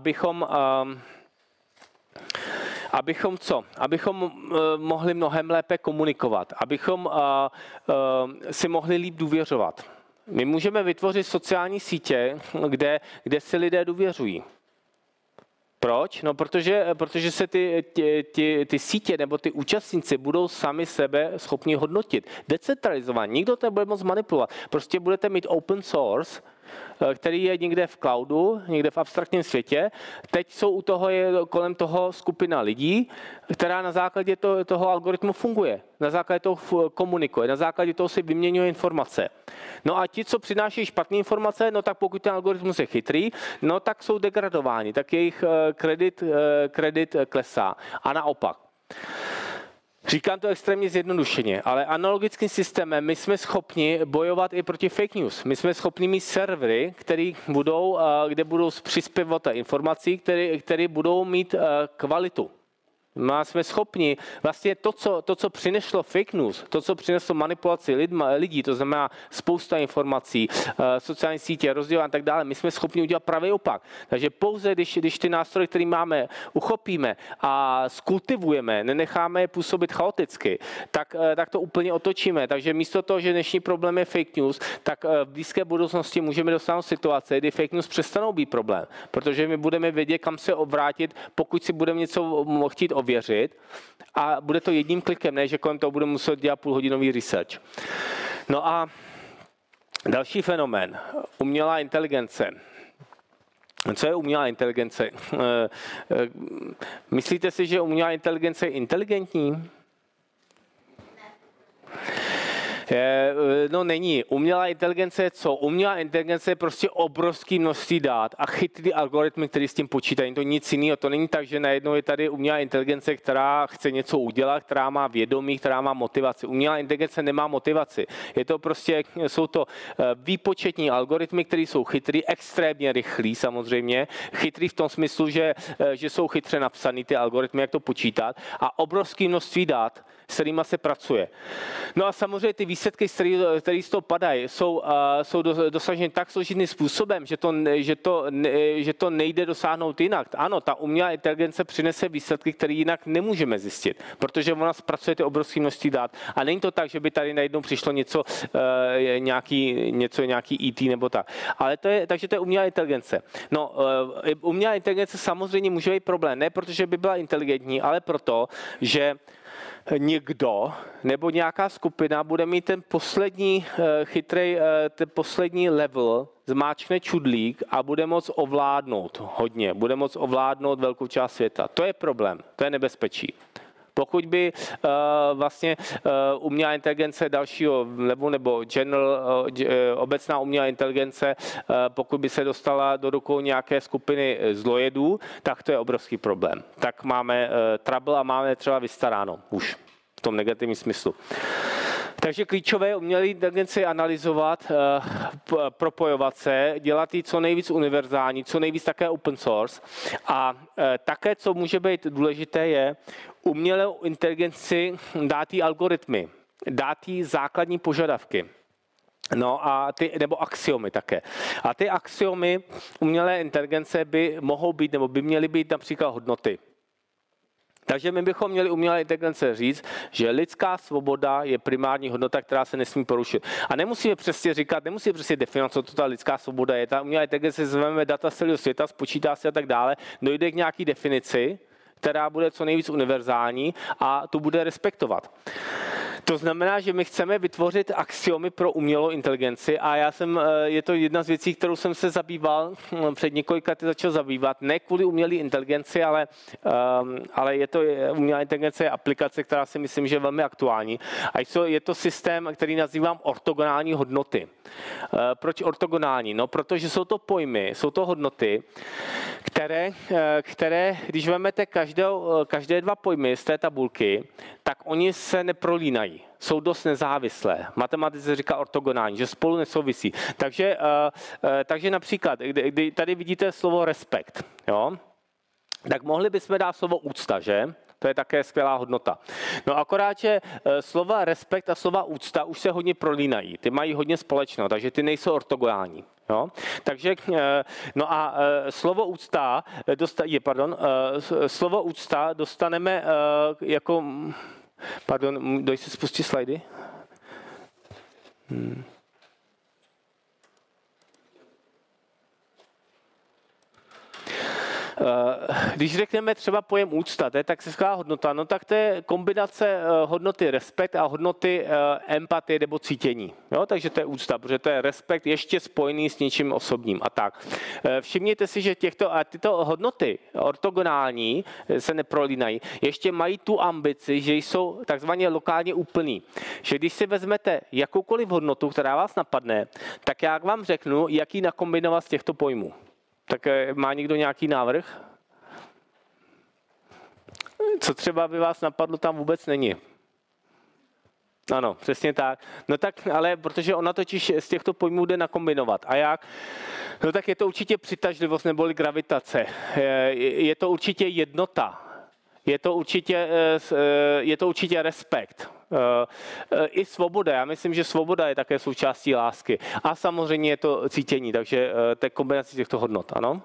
abychom mohli mnohem lépe komunikovat, abychom si mohli líp důvěřovat. My můžeme vytvořit sociální sítě, kde si lidé důvěřují. Proč? No, protože se ty sítě nebo ty účastníci budou sami sebe schopni hodnotit. Decentralizování. Nikdo to nebude moc manipulovat. Prostě budete mít open source, který je někde v cloudu, někde v abstraktním světě. Teď jsou kolem toho skupina lidí, která na základě toho algoritmu funguje. Na základě toho komunikuje, na základě toho si vyměňuje informace. No a ti, co přináší špatné informace, no tak pokud ten algoritmus je chytrý, no tak jsou degradováni, tak jejich kredit klesá. A naopak. Říkám to extrémně zjednodušeně, ale analogickým systémem my jsme schopni bojovat i proti fake news. My jsme schopni mít servery, kde budou přispěvat informací, které budou mít kvalitu. My jsme schopni vlastně to, co přineslo fake news, to, co přineslo manipulaci lidí, to znamená spousta informací, sociální sítě, rozdělání a tak dále, my jsme schopni udělat pravý opak. Takže pouze, když ty nástroje, které máme, uchopíme a skultivujeme, nenecháme je působit chaoticky, tak to úplně otočíme. Takže místo toho, že dnešní problém je fake news, tak v blízké budoucnosti můžeme dosáhnout situace, kdy fake news přestanou být problém, protože my budeme vědět, kam se obrátit, pokud si budeme něco chtít ověřit a bude to jedním klikem, ne, že kolem toho budeme muset dělat půlhodinový research. No a další fenomén, umělá inteligence. Co je umělá inteligence? Myslíte si, že umělá inteligence je inteligentní? No není. Umělá inteligence je co? Umělá inteligence je prostě obrovské množství dát a chytrý algoritmy, které s tím počítají. To nic jiného. To není tak, že najednou je tady umělá inteligence, která chce něco udělat, která má vědomí, která má motivaci. Umělá inteligence nemá motivaci. Je to prostě, jsou to výpočetní algoritmy, které jsou chytrý, extrémně rychlí samozřejmě. Chytrý v tom smyslu, že jsou chytře napsaný ty algoritmy, jak to počítat a obrovské množství dat, s kterými se pracuje. No a samozřejmě ty výsledky, které z toho padají, jsou dosaženy tak složitým způsobem, že to nejde dosáhnout jinak. Ano, ta umělá inteligence přinese výsledky, které jinak nemůžeme zjistit, protože ona zpracuje ty obrovské množství dat. A není to tak, že by tady najednou přišlo nějaký IT nebo tak. Ale takže to je umělá inteligence. No, umělá inteligence samozřejmě může být problém, ne protože by byla inteligentní, ale proto, že někdo nebo nějaká skupina bude mít ten poslední ten poslední level, zmáčkne čudlík a bude moct ovládnout hodně, bude moct ovládnout velkou část světa. To je problém, to je nebezpečí. Pokud by umělá inteligence dalšího levelu nebo obecná umělá inteligence, pokud by se dostala do rukou nějaké skupiny zlojedů, tak to je obrovský problém. Tak máme trouble a máme třeba vystaráno už v tom negativním smyslu. Takže klíčové umělé inteligenci analyzovat, propojovat se, dělat ji co nejvíc univerzální, co nejvíc také open source. A také, co může být důležité, je umělou inteligenci dát jí algoritmy, dát jí základní požadavky. No a nebo axiomy také. A ty axiomy umělé inteligence mohou být nebo by měly být například hodnoty. Takže my bychom měli umělé inteligence říct, že lidská svoboda je primární hodnota, která se nesmí porušit. A nemusíme přesně říkat, nemusíme přesně definovat, co to ta lidská svoboda je. Ta umělá inteligence zvezme data z celého světa, spočítá si a tak dále, dojde k nějaký definici, která bude co nejvíc univerzální a tu bude respektovat. To znamená, že my chceme vytvořit axiomy pro umělou inteligenci a je to jedna z věcí, kterou jsem se zabýval, před několika lety začal zabývat, ne kvůli umělé inteligenci, ale umělá inteligence je aplikace, která si myslím, že je velmi aktuální. A je to systém, který nazývám ortogonální hodnoty. Proč ortogonální? No, protože jsou to pojmy, jsou to hodnoty, které když vezmete každé dva pojmy z té tabulky, tak oni se neprolínají. Jsou dost nezávislé. Matematice se říká ortogonální, že spolu nesouvisí. Takže například, kdy tady vidíte slovo respekt, jo? Tak mohli bychom dát slovo úcta, že? To je také skvělá hodnota. No akorát, že slova respekt a slova úcta už se hodně prolínají. Ty mají hodně společného, takže ty nejsou ortogonální. Jo? Takže, no a slovo úcta dostaneme jako, pardon, doj si spustit slajdy. Když řekneme třeba pojem úcta, to je tak skvělá hodnota, no tak to je kombinace hodnoty respekt a hodnoty empatie nebo cítění. Jo? Takže to je úcta, protože to je respekt ještě spojený s něčím osobním a tak. Všimněte si, že tyto hodnoty ortogonální se neprolínají. Ještě mají tu ambici, že jsou takzvaně lokálně úplný. Že když si vezmete jakoukoliv hodnotu, která vás napadne, tak já vám řeknu, jak ji nakombinovat z těchto pojmů. Tak má někdo nějaký návrh? Co třeba by vás napadlo, tam vůbec není. Ano, přesně tak. No tak, ale protože ona totiž z těchto pojmů jde nakombinovat. A jak? No tak je to určitě přitažlivost neboli gravitace. Je to určitě jednota. Je to určitě respekt. I svoboda. Já myslím, že svoboda je také součástí lásky. A samozřejmě je to cítění, takže to je kombinace těchto hodnot, ano?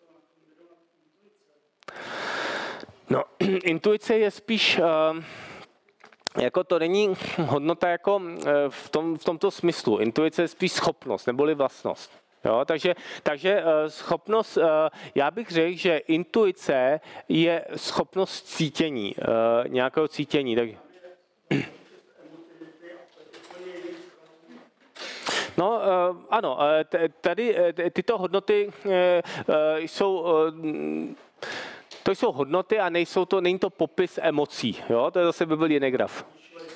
No, intuice je spíš, jako to není hodnota jako v tomto smyslu. Intuice je spíš schopnost, neboli vlastnost. Jo, takže schopnost, já bych řekl, že intuice je schopnost cítění, nějakého cítění. No ano, tady tyto hodnoty jsou... To jsou hodnoty a není to popis emocí. Jo? To je zase by byl jiný graf.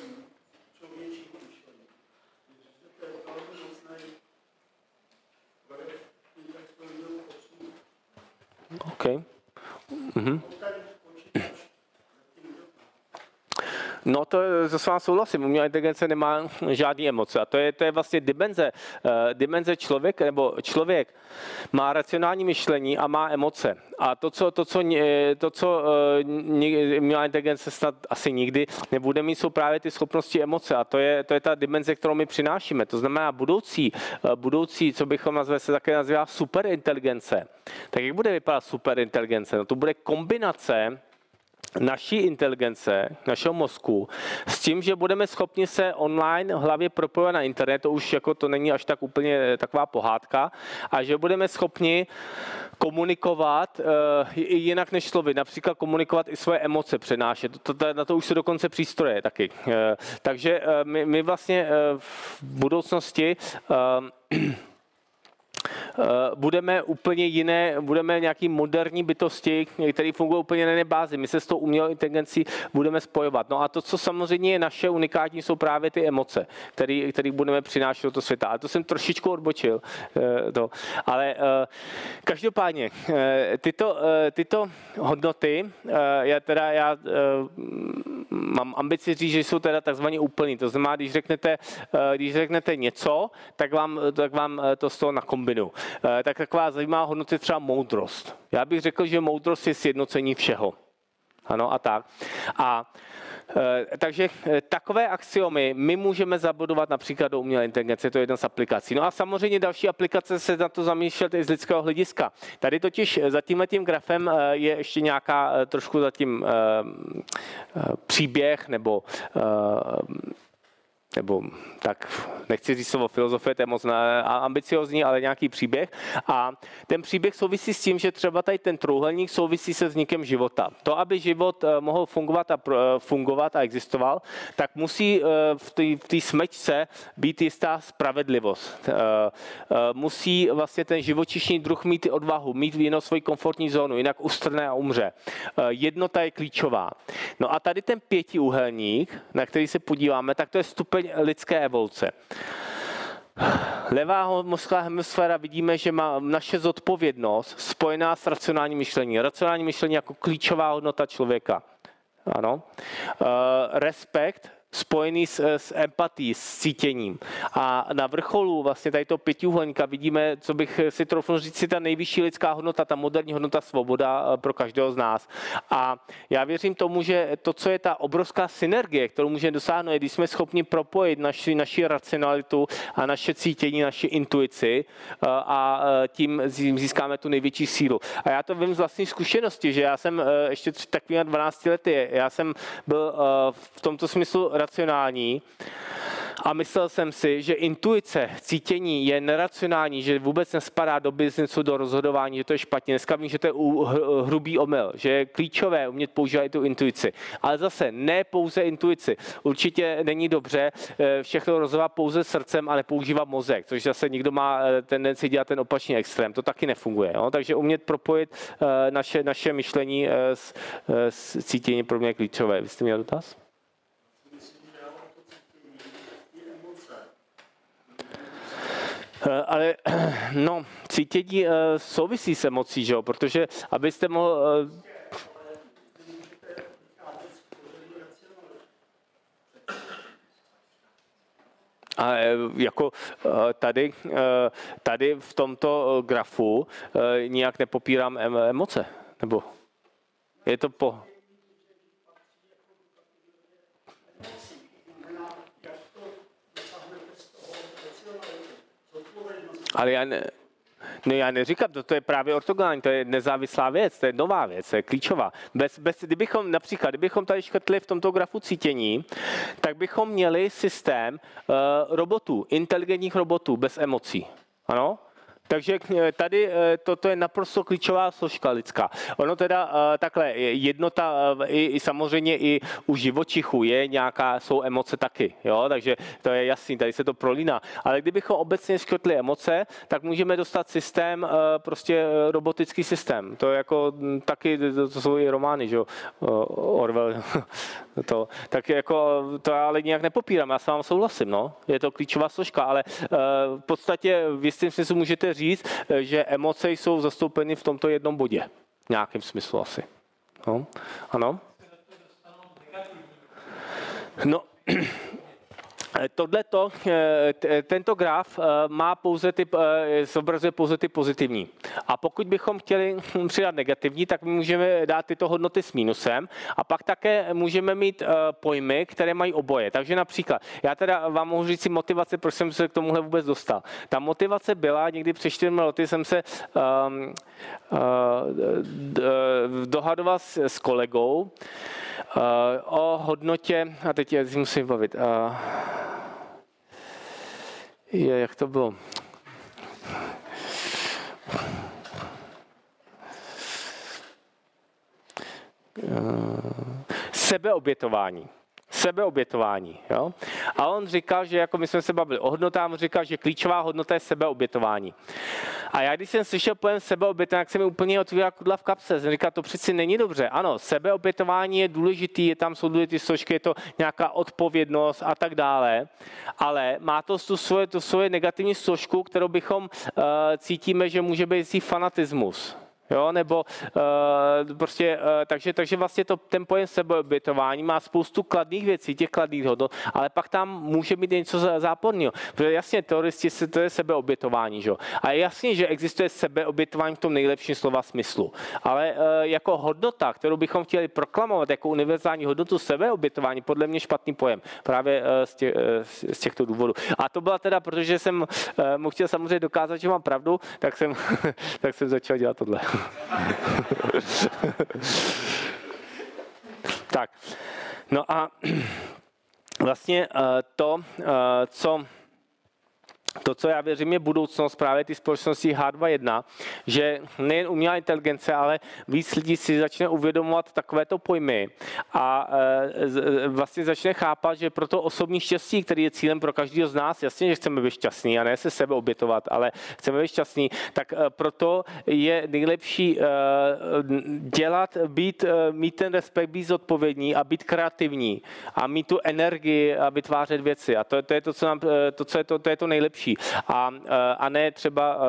Okay. Mhm. No to zase vám souhlasím, umělá inteligence nemá žádné emoce a to je vlastně dimenze člověka, nebo člověk má racionální myšlení a má emoce. A to, co umělá inteligence snad asi nikdy nebude mít, jsou právě ty schopnosti emoce a to je ta dimenze, kterou my přinášíme. To znamená budoucí, co bychom nazvali, se také nazývá superinteligence. Tak jak bude vypadat superinteligence? No to bude kombinace naší inteligence, našeho mozku, s tím, že budeme schopni se online hlavně propojovat na internet, to už jako to není až tak úplně taková pohádka, a že budeme schopni komunikovat jinak než slovy, například komunikovat i svoje emoce, přenášet. Na to už jsou dokonce přístroje taky. Takže my vlastně v budoucnosti budeme úplně jiné, budeme nějaký moderní bytosti, které fungují úplně na jiné bázi. My se s tou umělou inteligencí budeme spojovat. No a to, co samozřejmě je naše unikátní, jsou právě ty emoce, které budeme přinášet do toho světa. Ale to jsem trošičku odbočil. Ale každopádně tyto hodnoty, já mám ambici říct, že jsou teda takzvaně úplný. To znamená, když řeknete něco, tak vám to z toho nakombinu. Tak taková zajímavá hodnota je třeba moudrost. Já bych řekl, že moudrost je sjednocení všeho. Ano a tak. Takže takové axiomy my můžeme zabudovat například do umělé inteligence, to je jedna z aplikací. No a samozřejmě další aplikace se na to zamýšlet i z lidského hlediska. Tady totiž za tímhletím grafem je ještě nějaká trošku zatím příběh nebo tak nechci říct slovo filozofie, to je moc ambiciozní, ale nějaký příběh. A ten příběh souvisí s tím, že třeba tady ten trojúhelník souvisí se vznikem života. To, aby život mohl fungovat a existoval, tak musí v té smečce být jistá spravedlivost. Musí vlastně ten živočišný druh mít i odvahu, mít jinou svoji komfortní zónu, jinak ustrne a umře. Jednota je klíčová. No a tady ten pětiúhelník, na který se podíváme, tak to je stupeň lidské evoluce. Levá mozková hemisféra vidíme, že má naše zodpovědnost spojená s racionálním myšlením. Racionální myšlení jako klíčová hodnota člověka. Ano. Respekt spojený s empatií, s cítěním. A na vrcholu vlastně tady toho pětiúhelníka vidíme, co bych si troufnul říct, si ta nejvyšší lidská hodnota, ta moderní hodnota svoboda pro každého z nás. A já věřím tomu, že to, co je ta obrovská synergie, kterou můžeme dosáhnout, je, když jsme schopni propojit naši racionalitu a naše cítění, naši intuici a tím získáme tu největší sílu. A já to vím z vlastní zkušenosti, že já jsem ještě takový 12 lety, já jsem byl v tomto smyslu racionální a myslel jsem si, že intuice, cítění je neracionální, že vůbec nespadá do biznesu, do rozhodování, že to je špatně. Dneska vím, že to je hrubý omyl, že je klíčové umět používat i tu intuici. Ale zase ne pouze intuici. Určitě není dobře všechno rozhodovat pouze srdcem a nepoužívat mozek, což zase někdo má tendenci dělat ten opačný extrém. To taky nefunguje. Jo? Takže umět propojit naše myšlení s cítěním pro mě je klíčové. Vy jste měl dotaz? Ale no, cítění souvisí s emocí, že jo? Protože abyste mohl... A jako tady v tomto grafu nijak nepopírám emoce, nebo je to po... Ale já neříkám, to je právě ortogonální, to je nezávislá věc, to je nová věc, to je klíčová. Kdybychom tady škrtli v tomto grafu cítění, tak bychom měli systém robotů, inteligentních robotů bez emocí. Ano? Takže tady toto je naprosto klíčová složka lidská. Ono teda takhle, jednota i samozřejmě i u živočichů je jsou emoce taky, jo? Takže to je jasný, tady se to prolíná. Ale kdybychom obecně škrtli emoce, tak můžeme dostat systém, prostě robotický systém. To je jako taky, to jsou i romány, že jo, Orwell. Tak jako to já ale nijak nepopírám, já s vámi souhlasím, no. Je to klíčová složka, ale v podstatě v jistém smyslu můžete říct, že emoce jsou zastoupeny v tomto jednom bodě. V nějakém smyslu asi. No, ano? No, tento graf má pouze zobrazuje pouze ty pozitivní. A pokud bychom chtěli přidat negativní, tak můžeme dát tyto hodnoty s mínusem a pak také můžeme mít pojmy, které mají oboje. Takže například, já teda vám mohu říct si motivace, proč jsem se k tomuhle vůbec dostal. Ta motivace byla, někdy před 4 lety jsem se dohadoval s kolegou o hodnotě, a teď já si musím bavit, jak to bylo? Sebeobětování. Jo? A on říkal, že jako my jsme se bavili o hodnotách, on říkal, že klíčová hodnota je sebeobětování. A já když jsem slyšel pojem sebeobětování, tak se mi úplně otvírala kudla v kapse. Jsem říkal, to přeci není dobře. Ano, sebeobětování je důležitý, jsou důležité složky, je to nějaká odpovědnost a tak dále, ale má to tu svoje negativní složku, kterou bychom cítíme, že může být si fanatismus. Jo, nebo takže vlastně ten pojem sebeobětování má spoustu kladných věcí, těch kladných hodnot, ale pak tam může být něco záporného. Protože jasně, teoreticky to je sebeobětování, že? A je jasně, že existuje sebeobětování v tom nejlepším slova smyslu. Ale jako hodnota, kterou bychom chtěli proklamovat jako univerzální hodnotu sebeobětování, podle mě špatný pojem. Právě z těchto důvodů. A to byla teda, protože jsem mu chtěl samozřejmě dokázat, že mám pravdu, tak jsem začal dělat tohle. Tak, no a vlastně to, co já věřím, je budoucnost právě ty společnosti H2.1, že nejen umělá inteligence, ale víc lidí si začne uvědomovat takovéto pojmy a vlastně začne chápat, že pro to osobní štěstí, který je cílem pro každého z nás, jasně, že chceme být šťastný a ne se sebe obětovat, ale chceme být šťastný, tak proto je nejlepší mít ten respekt, být zodpovědný a být kreativní a mít tu energii a vytvářet věci. A to je to, je to nejlepší. A ne třeba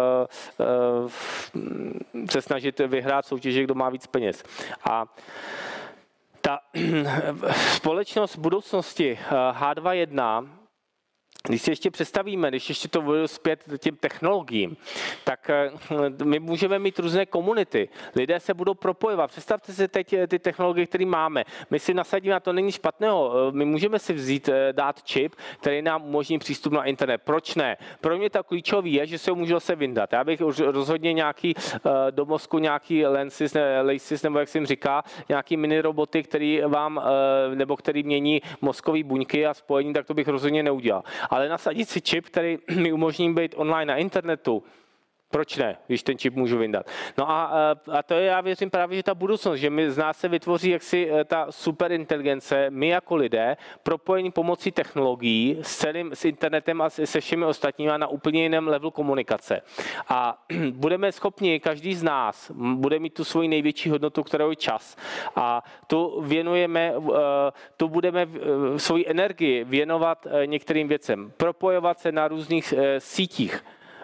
se snažit vyhrát soutěže, kdo má víc peněz. A ta společnost budoucnosti H2.1, když si ještě představíme, když ještě to vedu zpět těm technologiím, tak my můžeme mít různé komunity. Lidé se budou propojovat. Představte si teď ty technologie, které máme. My si nasadíme, a to není špatného, my můžeme si dát čip, který nám umožní přístup na internet. Proč ne? Pro mě to klíčový je, že se ho můžu zase vyndat. Já bych už rozhodně nějaký do mozku, nějaký laces, nebo jak se jim říká, nějaký mini roboty, který mění mozkové buňky a spojení, tak to bych rozhodně neudělal. Ale nasadit si čip, který mi umožní být online na internetu, proč ne, když ten čip můžu vyndat. No a to je, já věřím právě, že ta budoucnost, že z nás se vytvoří jaksi ta superinteligence, my jako lidé, propojení pomocí technologií s internetem a se všemi ostatními na úplně jiném levelu komunikace. A budeme schopni, každý z nás bude mít tu svoji největší hodnotu, kterou je čas. A tu budeme svoji energii věnovat některým věcem. Propojovat se na různých sítích,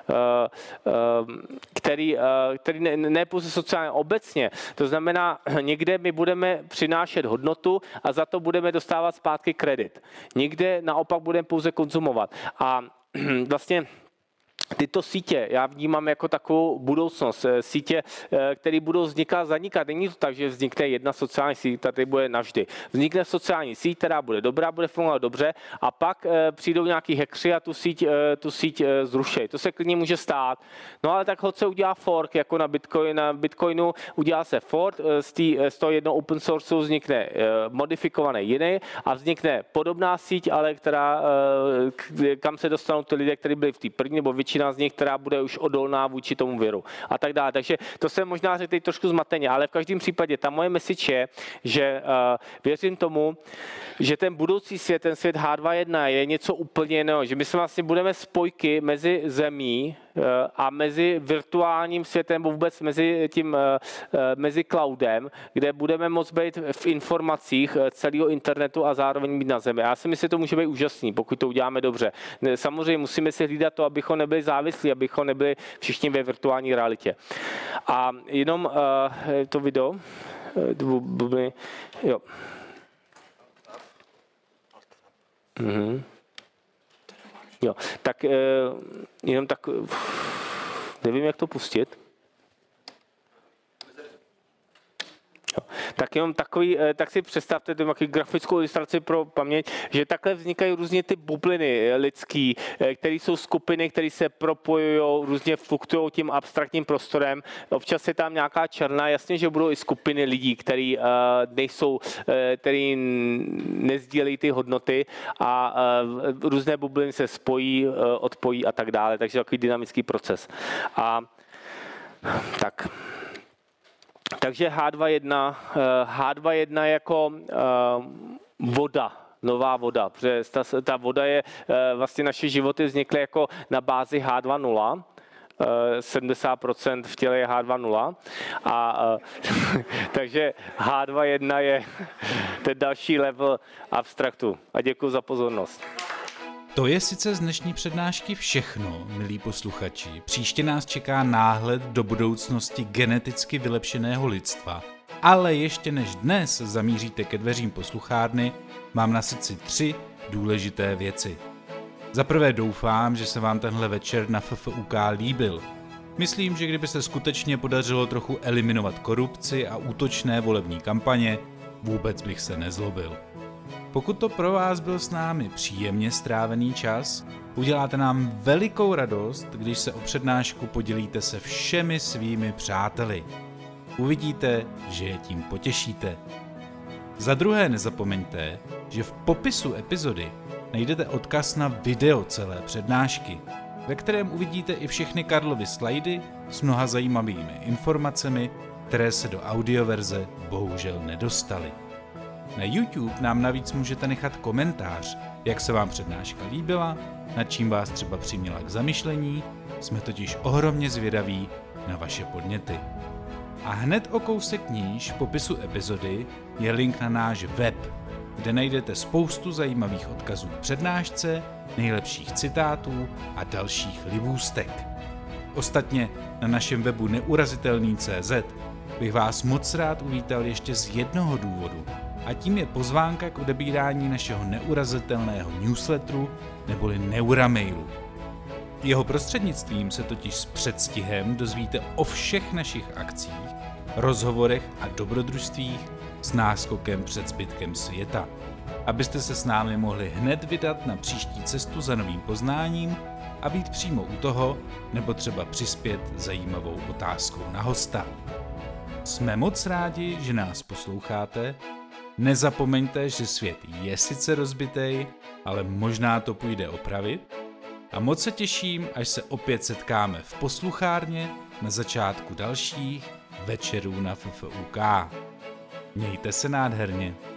který ne pouze sociálně, obecně. To znamená, někde my budeme přinášet hodnotu a za to budeme dostávat zpátky kredit. Někde naopak budeme pouze konzumovat. A vlastně tyto sítě já vnímám jako takovou budoucnost. Sítě, které budou vznikat, zanikat. Není to tak, že vznikne jedna sociální síť, která bude navždy. Vznikne sociální síť, která bude dobrá, bude fungovat dobře a pak přijdou nějaký hackři a tu síť zruší. To se klidně může stát. No ale tak se udělá fork, jako na Bitcoinu udělá se fork, z toho jednoho open source vznikne modifikovaný jiný a vznikne podobná síť, ale kam se dostanou ty lidé, kteří byli v té první, nebo většina většina z nich, která bude už odolná vůči tomu viru a tak dále. Takže to jsem možná řekl teď trošku zmateně, ale v každém případě ta moje message je, že věřím tomu, že ten budoucí svět, ten svět H2.1 je něco úplně jiného, že my se vlastně budeme spojky mezi zemí a mezi virtuálním světem, nebo vůbec mezi cloudem, kde budeme moct být v informacích celého internetu a zároveň být na zemi. Já si myslím, že to může být úžasný, pokud to uděláme dobře. Samozřejmě musíme si hlídat to, abychom nebyli závislí, abychom nebyli všichni ve virtuální realitě. A jenom to video, jo. Mhm. Jo, tak jenom tak, nevím, jak to pustit. Jo. Tak jenom takový, tak si představte takovou grafickou ilustraci pro paměť, že takhle vznikají různě ty bubliny lidský, které jsou skupiny, které se propojují, různě fluktují tím abstraktním prostorem. Občas je tam nějaká černá, jasně, že budou i skupiny lidí, který nezdílejí ty hodnoty a různé bubliny se spojí, odpojí a tak dále, takže takový dynamický proces. A tak. Takže H2.1 jako voda, nová voda, protože ta voda je, vlastně naše životy vznikly jako na bázi H2.0, 70% v těle je H2.0 takže H2.1 je ten další level abstraktu. A děkuji za pozornost. To je sice z dnešní přednášky všechno, milí posluchači. Příště nás čeká náhled do budoucnosti geneticky vylepšeného lidstva. Ale ještě než dnes zamíříte ke dveřím posluchárny, mám na srdci 3 důležité věci. Za prvé doufám, že se vám tenhle večer na FFUK líbil. Myslím, že kdyby se skutečně podařilo trochu eliminovat korupci a útočné volební kampaně, vůbec bych se nezlobil. Pokud to pro vás byl s námi příjemně strávený čas, uděláte nám velikou radost, když se o přednášku podělíte se všemi svými přáteli. Uvidíte, že je tím potěšíte. Za druhé nezapomeňte, že v popisu epizody najdete odkaz na video celé přednášky, ve kterém uvidíte i všechny Karlovy slajdy s mnoha zajímavými informacemi, které se do audioverze bohužel nedostaly. Na YouTube nám navíc můžete nechat komentář, jak se vám přednáška líbila, nad čím vás třeba přiměla k zamyšlení, jsme totiž ohromně zvědaví na vaše podněty. A hned o kousek níž v popisu epizody je link na náš web, kde najdete spoustu zajímavých odkazů k přednášce, nejlepších citátů a dalších libůstek. Ostatně na našem webu neurazitelný.cz bych vás moc rád uvítal ještě z jednoho důvodu, a tím je pozvánka k odebírání našeho neurazitelného newsletteru neboli Neuramailu. Jeho prostřednictvím se totiž s předstihem dozvíte o všech našich akcích, rozhovorech a dobrodružstvích s náskokem před zbytkem světa, abyste se s námi mohli hned vydat na příští cestu za novým poznáním a být přímo u toho, nebo třeba přispět zajímavou otázkou na hosta. Jsme moc rádi, že nás posloucháte. Nezapomeňte, že svět je sice rozbitej, ale možná to půjde opravit. A moc se těším, až se opět setkáme v posluchárně na začátku dalších večerů na FFUK. Mějte se nádherně.